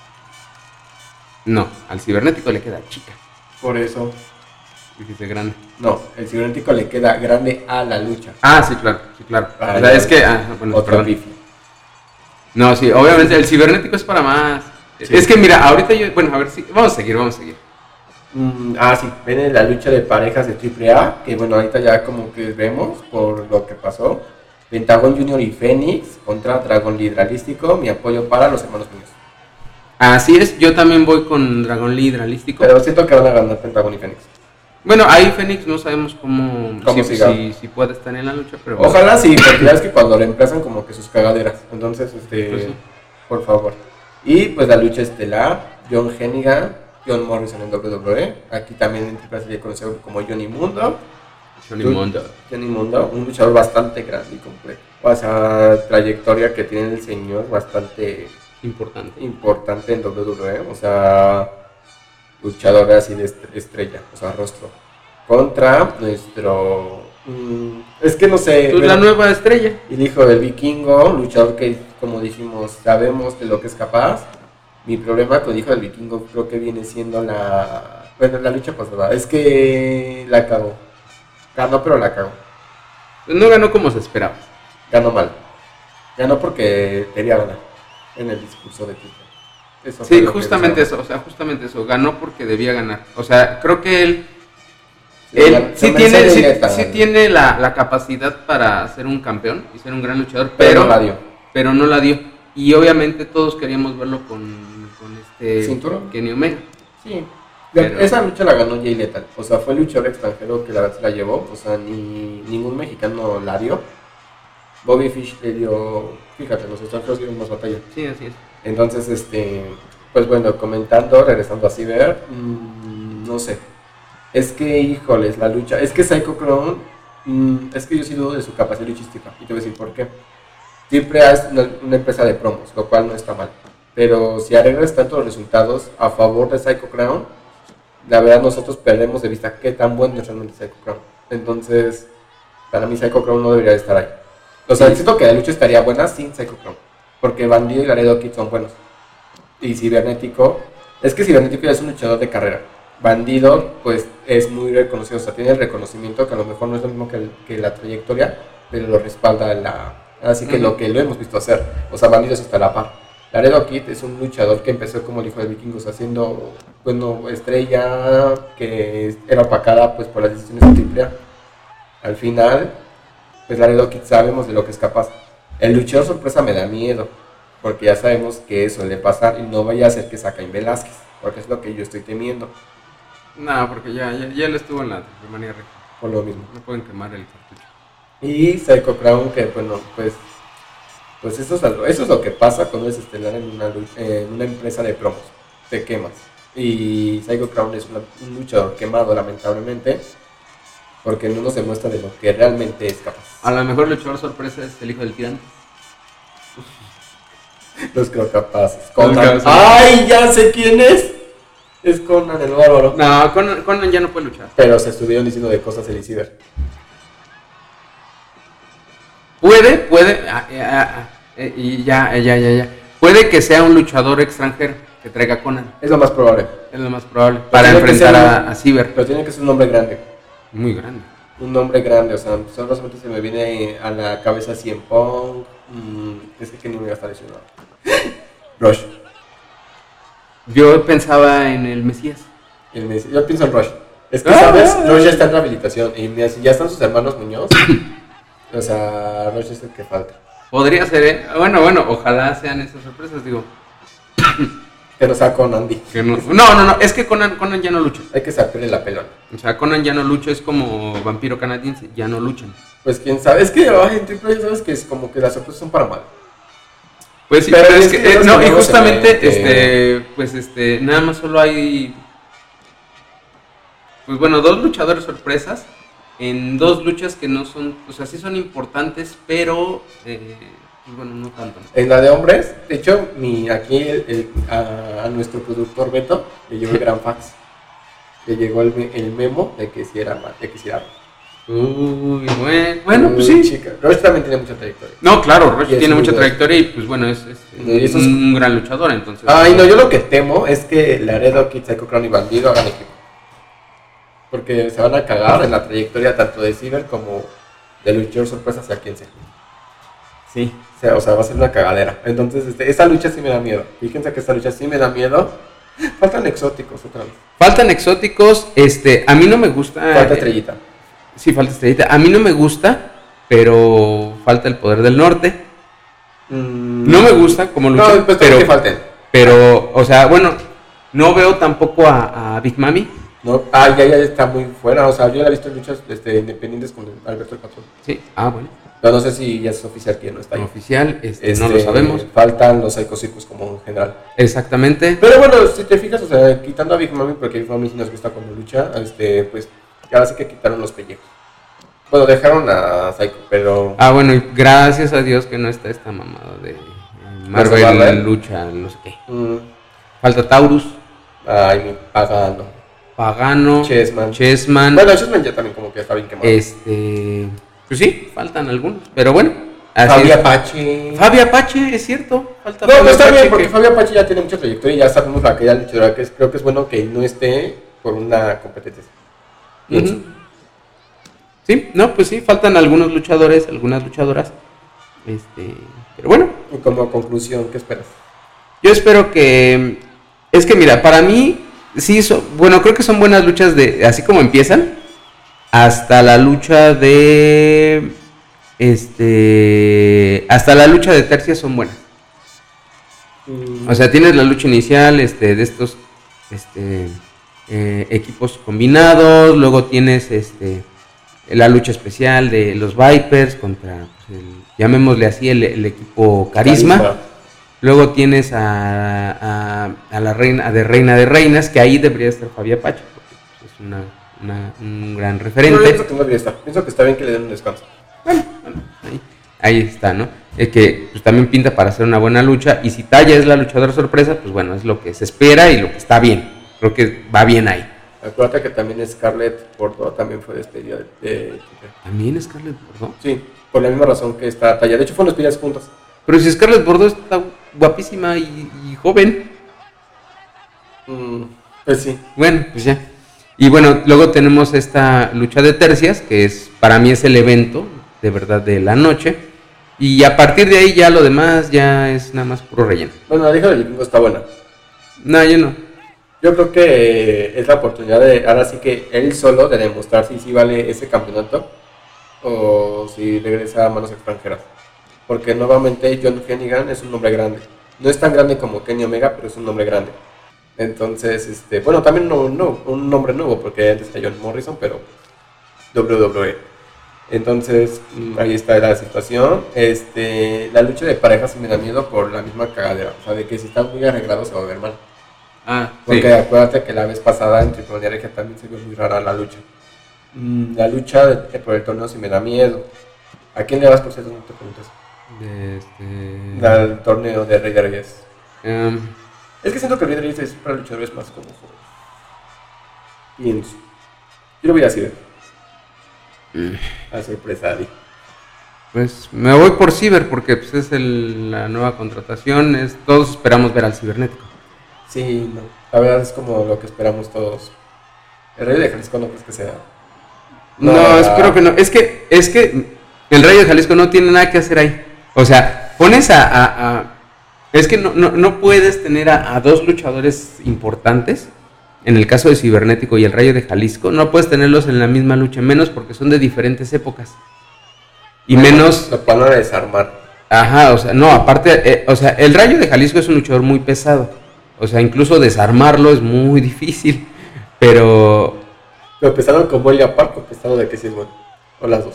No, al Cibernético le queda chica. Por eso... Dijiste grande. No, el Cibernético le queda grande a la lucha. Sí, claro. O sea, es que... bueno, otra pifia. No, sí, obviamente el Cibernético es para más. Sí. Es que mira, ahorita bueno, a ver si... Vamos a seguir. Sí, viene la lucha de parejas de AAA, que bueno, ahorita ya como que vemos por lo que pasó. Pentagon Junior y Fénix contra Dragón Hidralístico, mi apoyo para los hermanos míos. Así es, yo también voy con Dragón Hidralístico. Pero siento que van a ganar Pentagon y Fénix. Bueno, ahí Fénix no sabemos cómo si puede estar en la lucha, pero... Ojalá sí, porque ya es que cuando reemplazan como que sus cagaderas. Entonces, pues sí. Por favor. Y pues la lucha estelar, John Hennigan, John Morrison en WWE. Aquí también en AAA se le conoce como Johnny Mundo. Johnny Mundo, un luchador bastante grande y completo. O sea, trayectoria que tiene el señor bastante importante en WWE, o sea, luchador así de estrella, o sea, rostro, contra nuestro, es que no sé, tú la nueva estrella, el hijo del vikingo, luchador que, como dijimos, sabemos de lo que es capaz. Mi problema con el hijo del vikingo creo que viene siendo la lucha pasada, es que la cagó, ganó pero la cagó. No ganó como se esperaba. Ganó mal. Ganó porque quería ganar en el discurso de Twitter. Sí, justamente eso, o sea, justamente eso. Ganó porque debía ganar. O sea, creo que él sí tiene la capacidad para ser un campeón y ser un gran luchador, pero no la dio. Y obviamente todos queríamos verlo con ¿Cinturón? Kenny Omega. Sí. Pero esa lucha la ganó Jay Lethal, o sea, fue el luchador extranjero que la verdad se la llevó, o sea, ningún mexicano la dio. Bobby Fish le dio, fíjate, los extranjeros dieron más batalla. Sí, así es. Entonces, pues bueno, regresando a Ciber, no sé, es que, híjoles, la lucha, es que Psycho Clown, es que yo sí dudo de su capacidad luchística, y te voy a decir por qué. Siempre es una empresa de promos, lo cual no está mal, pero si arreglas tantos resultados a favor de Psycho Clown, la verdad nosotros perdemos de vista qué tan bueno es realmente Psycho Clown. Entonces, para mí Psycho Clown no debería estar ahí. O sea, siento que la lucha estaría buena sin Psycho Clown, porque Bandido y Laredo Kid son buenos. Y Cibernético, es que Cibernético ya es un luchador de carrera. Bandido, pues, es muy reconocido, o sea, tiene el reconocimiento que a lo mejor no es lo mismo que la trayectoria, pero lo respalda así que lo que lo hemos visto hacer. O sea, Bandido está a la par. Laredo Kid es un luchador que empezó como el hijo de vikingos, haciendo, bueno, estrella que era opacada pues por las decisiones de AAA. Al final, pues Laredo Kid sabemos de lo que es capaz. El luchador sorpresa me da miedo, porque ya sabemos que eso suele pasar y no vaya a ser que saque a Velázquez, porque es lo que yo estoy temiendo. No, porque ya él estuvo en la manera recta. Por lo mismo. No pueden quemar el cartucho. Y Psycho Clown, que bueno, pues eso es lo que pasa cuando eres estelar en una empresa de promos, te quemas. Y Psycho Clown es un luchador quemado, lamentablemente, porque no nos demuestra de lo que realmente es capaz. A lo mejor el luchador sorpresa es el hijo del tirante. Los creo capaces. Conan. ¡Ay, ya sé quién es! Es Conan el Bárbaro. No, Conan ya no puede luchar. Pero se estuvieron diciendo de cosas el Ciber. Puede, y ya. Puede que sea un luchador extranjero que traiga a Conan. Es lo más probable. Para enfrentar a Ciber. Pero tiene que ser un hombre grande. Muy grande. Un nombre grande, o sea, solamente se me viene a la cabeza CM Punk. Es que ni me va a estar lesionado. Rush. Yo pensaba en el Mesías. Yo pienso en Rush. Es que, ¿sabes? Rush ya está en rehabilitación. Y ya están sus hermanos Muñoz. O sea, Rush es el que falta. Podría ser, ¿eh? Bueno, ojalá sean esas sorpresas, digo. Que no sea con Andy. No, es que Conan ya no lucha. Hay que sacarle la pelona. O sea, Conan ya no lucha, es como vampiro canadiense, ya no luchan. Pues quién sabe, es que en Triple sabes que es como que las sorpresas son para mal. Pues sí, pero es que no, y justamente, nada más solo hay, pues bueno, 2 luchadores sorpresas en 2 luchas que no son, o sea, sí son importantes, pero, pues bueno, no tanto. En la de hombres, de hecho, aquí a nuestro productor Beto le llegó el gran fax. Le llegó el memo de que si era. Uy, bueno, pues sí. Chica. Rush también tiene mucha trayectoria. No, claro, Rush tiene mucha trayectoria y pues bueno, es un gran luchador, entonces. Ay, no, yo lo que temo es que Laredo, Kid, Psycho Clown y Bandido hagan equipo. Porque se van a cagar en la trayectoria tanto de Ciber como de luchador sorpresa hacia quien sea. Sí. O sea, va a ser una cagadera. Entonces, esta lucha sí me da miedo. Fíjense que esta lucha sí me da miedo. Faltan exóticos otra vez. A mí no me gusta. Falta estrellita. Sí, falta estrellita. A mí no me gusta, pero falta el poder del norte. No me gusta como lucha. No, pues pero que falten. Pero, o sea, bueno, no veo tampoco a Big Mami. No, ya está muy fuera. O sea, yo la he visto en luchas independientes con Alberto el Patrón. Sí, bueno. Pero no sé si ya es oficial que no está ahí. Oficial, no lo sabemos. Faltan los Psycho Circus como en general. Exactamente. Pero bueno, si te fijas, o sea, quitando a Big Mami, porque Big Mami sí nos gusta cuando lucha, pues ahora sí que quitaron los pellejos. Bueno, dejaron a Psycho, pero... Bueno, y gracias a Dios que no está esta mamada de Marvel lucha, no sé qué. Falta Taurus. Ay, mi Pagano. Chessman. Bueno, Chessman ya también como que está bien quemado. Pues sí, faltan algunos, pero bueno. Fabi Apache. Fabi Apache, es cierto. Falta no está bien, porque Fabi Apache ya tiene mucha trayectoria y ya sabemos la que ella luchadora que es. Creo que es bueno que no esté por una competencia. Sí, no, pues sí, faltan algunos luchadores, algunas luchadoras. Pero bueno. Y como conclusión, ¿qué esperas? Yo espero que... Es que mira, para mí, sí, bueno, creo que son buenas luchas así como empiezan, hasta la lucha de... hasta la lucha de tercias son buenas. O sea, tienes la lucha inicial, de estos, equipos combinados, luego tienes, la lucha especial de los Vipers contra, pues, llamémosle así, el equipo Carisma. Luego tienes a la reina de Reinas, que ahí debería estar Fabi Apache, porque pues, es un gran referente. No, pienso que no debería estar. Pienso que está bien que le den un descanso. Bueno, ahí está, ¿no? Es que pues, también pinta para hacer una buena lucha. Y si Taya es la luchadora sorpresa, pues bueno, es lo que se espera y lo que está bien. Creo que va bien ahí. Acuérdate que también Scarlett Bordeaux también fue despedida de... ¿También Scarlett Bordeaux? Sí, por la misma razón que está Taya. De hecho, fueron despedidas juntas. Pero si Scarlett Bordeaux está guapísima y joven. Pues sí. Bueno, pues ya. Y bueno, luego tenemos esta lucha de tercias, que para mí es el evento, de verdad, de la noche. Y a partir de ahí ya lo demás ya es nada más puro relleno. Bueno, la hija del vikingo está buena. No, yo no. Yo creo que es la oportunidad de, ahora sí que él solo, de demostrar si sí vale ese campeonato o si regresa a manos extranjeras. Porque nuevamente John Hennigan es un nombre grande. No es tan grande como Kenny Omega, pero es un nombre grande. Entonces, bueno, también un nombre nuevo, porque antes era John Morrison, pero WWE. Entonces, ahí está la situación. La lucha de parejas sí me da miedo por la misma cagadera. O sea, de que si están muy arreglados se va a ver mal. Porque sí. Acuérdate que la vez pasada en Triple Manía Regia también se vio muy rara la lucha. La lucha por el torneo sí me da miedo. ¿A quién le vas por ser no te preguntas? Al torneo de Rey de Reyes. Es que siento que el Rey de Reyes es para luchadores más como jóvenes. Pienso. Yo lo voy a decir. A sorpresa, Adi. Pues me voy por Ciber porque pues, es la nueva contratación. Todos esperamos ver al cibernético. Sí, no. La verdad es como lo que esperamos todos. El Rey de Jalisco no crees que sea. No, espero que no. Es que el Rey de Jalisco no tiene nada que hacer ahí. O sea, pones es que no puedes tener a dos luchadores importantes. En el caso de Cibernético y el Rayo de Jalisco, no puedes tenerlos en la misma lucha, menos porque son de diferentes épocas. Y menos... Lo van a desarmar. Ajá, o sea, no, aparte, el Rayo de Jalisco es un luchador muy pesado. O sea, incluso desarmarlo es muy difícil, pero... ¿Pero pesado como Elia Park o pesado de qué sirve? ¿O las dos?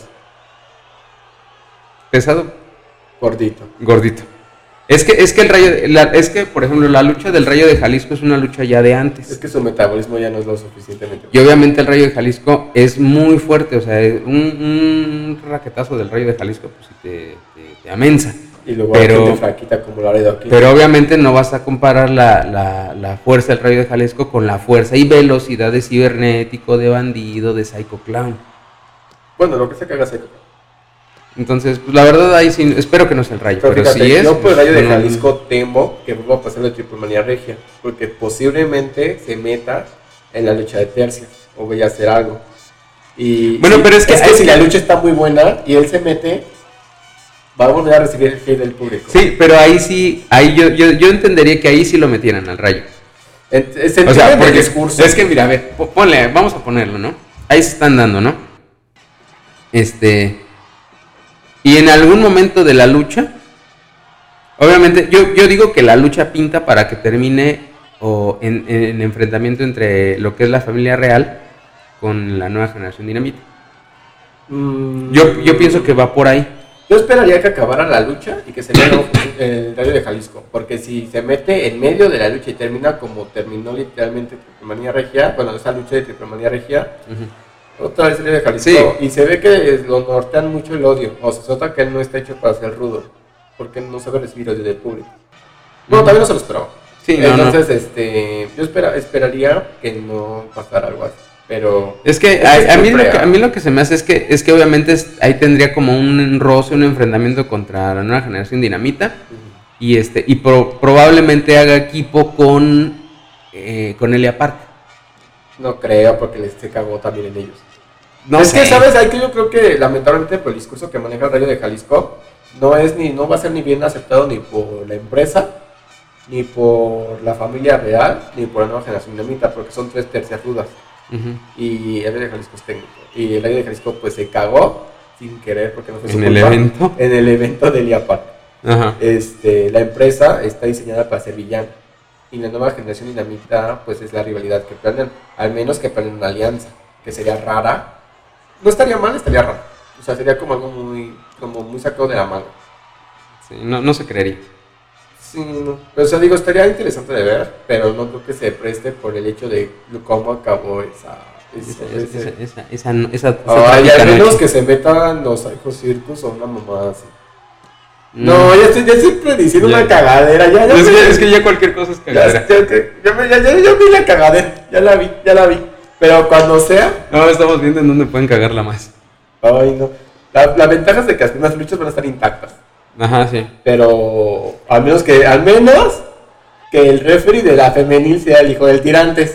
Pesado. Gordito. Es que por ejemplo, la lucha del Rayo de Jalisco es una lucha ya de antes. Es que su metabolismo ya no es lo suficientemente. Y obviamente el Rayo de Jalisco es muy fuerte, o sea, un raquetazo del Rayo de Jalisco pues te amensa. Y luego hay gente flaquita como Laredo aquí. Pero obviamente no vas a comparar la fuerza del Rayo de Jalisco con la fuerza y velocidad de Cibernético, de Bandido, de Psycho Clown. Bueno, lo que se caga Psycho Clown. Entonces, pues la verdad ahí sí, espero que no sea el Rayo. Pero fíjate, si es, yo por el Rayo de Jalisco temo que vuelva a pasar de Triple Manía Regia, porque posiblemente se meta en la lucha de tercia o vaya a hacer algo. Y bueno, pero es que si la lucha está muy buena y él se mete, va a volver a recibir el hate del público. Sí, pero ahí sí, yo entendería que ahí sí lo metieran al Rayo. O sea, porque discurso. Es que mira, a ver, vamos a ponerlo, ¿no? Ahí se están dando, ¿no? Y en algún momento de la lucha, obviamente, yo digo que la lucha pinta para que termine en enfrentamiento entre lo que es la familia real con la nueva generación Dinamita. Yo pienso que va por ahí. Yo esperaría que acabara la lucha y que se vea el Rayo de Jalisco, porque si se mete en medio de la lucha y termina como terminó literalmente Triple Manía Regia, bueno, esa lucha de Triple Manía Regia, otra vez el Rayo de Jalisco, sí. Y se ve que lo nortean mucho el odio, o sea, se nota que él no está hecho para ser rudo, porque no sabe recibir odio del público. Bueno, también no se lo esperaba. Sí, entonces, yo esperaría que no pasara algo así. Pero es que a mí lo que se me hace es que obviamente ahí tendría como un roce, un enfrentamiento contra la nueva generación Dinamita. Y probablemente haga equipo con Elia Park. No creo, porque se cagó también en ellos. No sé. Que, ¿sabes? Hay que yo creo que lamentablemente por el discurso que maneja el Rayo de Jalisco no va a ser ni bien aceptado ni por la empresa, ni por la familia real, ni por la nueva generación Dinamita, porque son 3 terciarudas. Y el Rayo de Jalisco es técnico. Y el Rayo de Jalisco pues se cagó sin querer porque no fue su culpa. En el evento de Elia Park. Ajá. La empresa está diseñada para ser villana. Y la nueva generación Dinamita pues es la rivalidad que planean. Al menos que planeen una alianza, que sería rara. No estaría mal, estaría raro. O sea, sería como algo muy sacado de la mano. Sí, no se creería. Sí, no. Pero, o sea, digo, estaría interesante de ver, pero no creo que se preste por el hecho de cómo acabó esa Ay, al menos que se metan los Psycho Circus o una mamada así. No, ya estoy prediciendo una cagadera. Es que ya cualquier cosa es cagadera. Ya vi la cagadera, ya la vi. Pero cuando sea... No, estamos viendo en dónde pueden cagarla más. Ay, no. La ventaja es de que las primeras luchas van a estar intactas. Ajá, sí. Pero al menos que el referee de la femenil sea el hijo del Tirantes.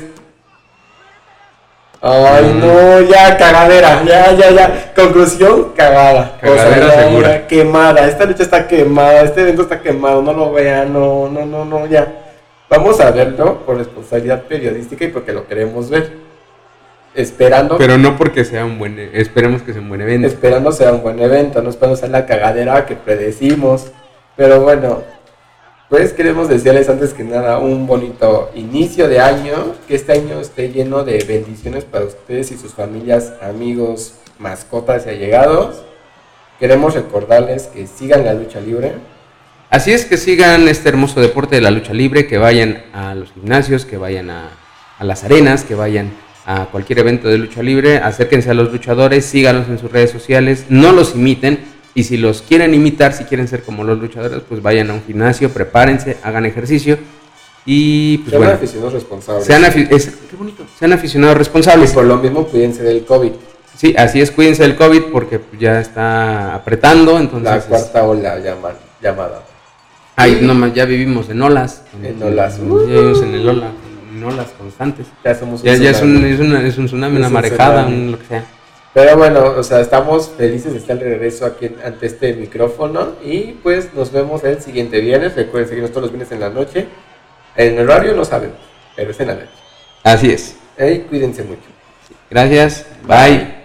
Ay, no, ya, cagadera, ya. Conclusión, cagada. Cagadera segura. Quemada, esta lucha está quemada, este evento está quemado, no lo vean, no, ya. Vamos a verlo por responsabilidad periodística y porque lo queremos ver. Esperando. Pero no porque esperemos que sea un buen evento. Esperando sea un buen evento, no esperando sea la cagadera que predecimos. Pero bueno, pues queremos desearles antes que nada un bonito inicio de año, que este año esté lleno de bendiciones para ustedes y sus familias, amigos, mascotas y allegados. Queremos recordarles que sigan la lucha libre. Así es, que sigan este hermoso deporte de la lucha libre, que vayan a los gimnasios, que vayan a las arenas, que vayan a cualquier evento de lucha libre, acérquense a los luchadores, síganlos en sus redes sociales, no los imiten. Y si los quieren imitar, si quieren ser como los luchadores, pues vayan a un gimnasio, prepárense, hagan ejercicio y pues sean aficionados responsables. Qué bonito. Sean aficionados responsables. Y por lo mismo, cuídense del COVID. Sí, así es, cuídense del COVID porque ya está apretando, entonces... La cuarta ola llamada. Ay, no, ya vivimos en olas. En olas. Ya vivimos en olas constantes. Ya somos un tsunami. Es un tsunami, una marejada, lo que sea. Pero bueno, o sea, estamos felices de estar de regreso aquí ante este micrófono y pues nos vemos el siguiente viernes. Recuerden seguirnos todos los viernes en la noche. En el horario no sabemos, pero es en la noche. Así es. Cuídense mucho. Gracias. Bye.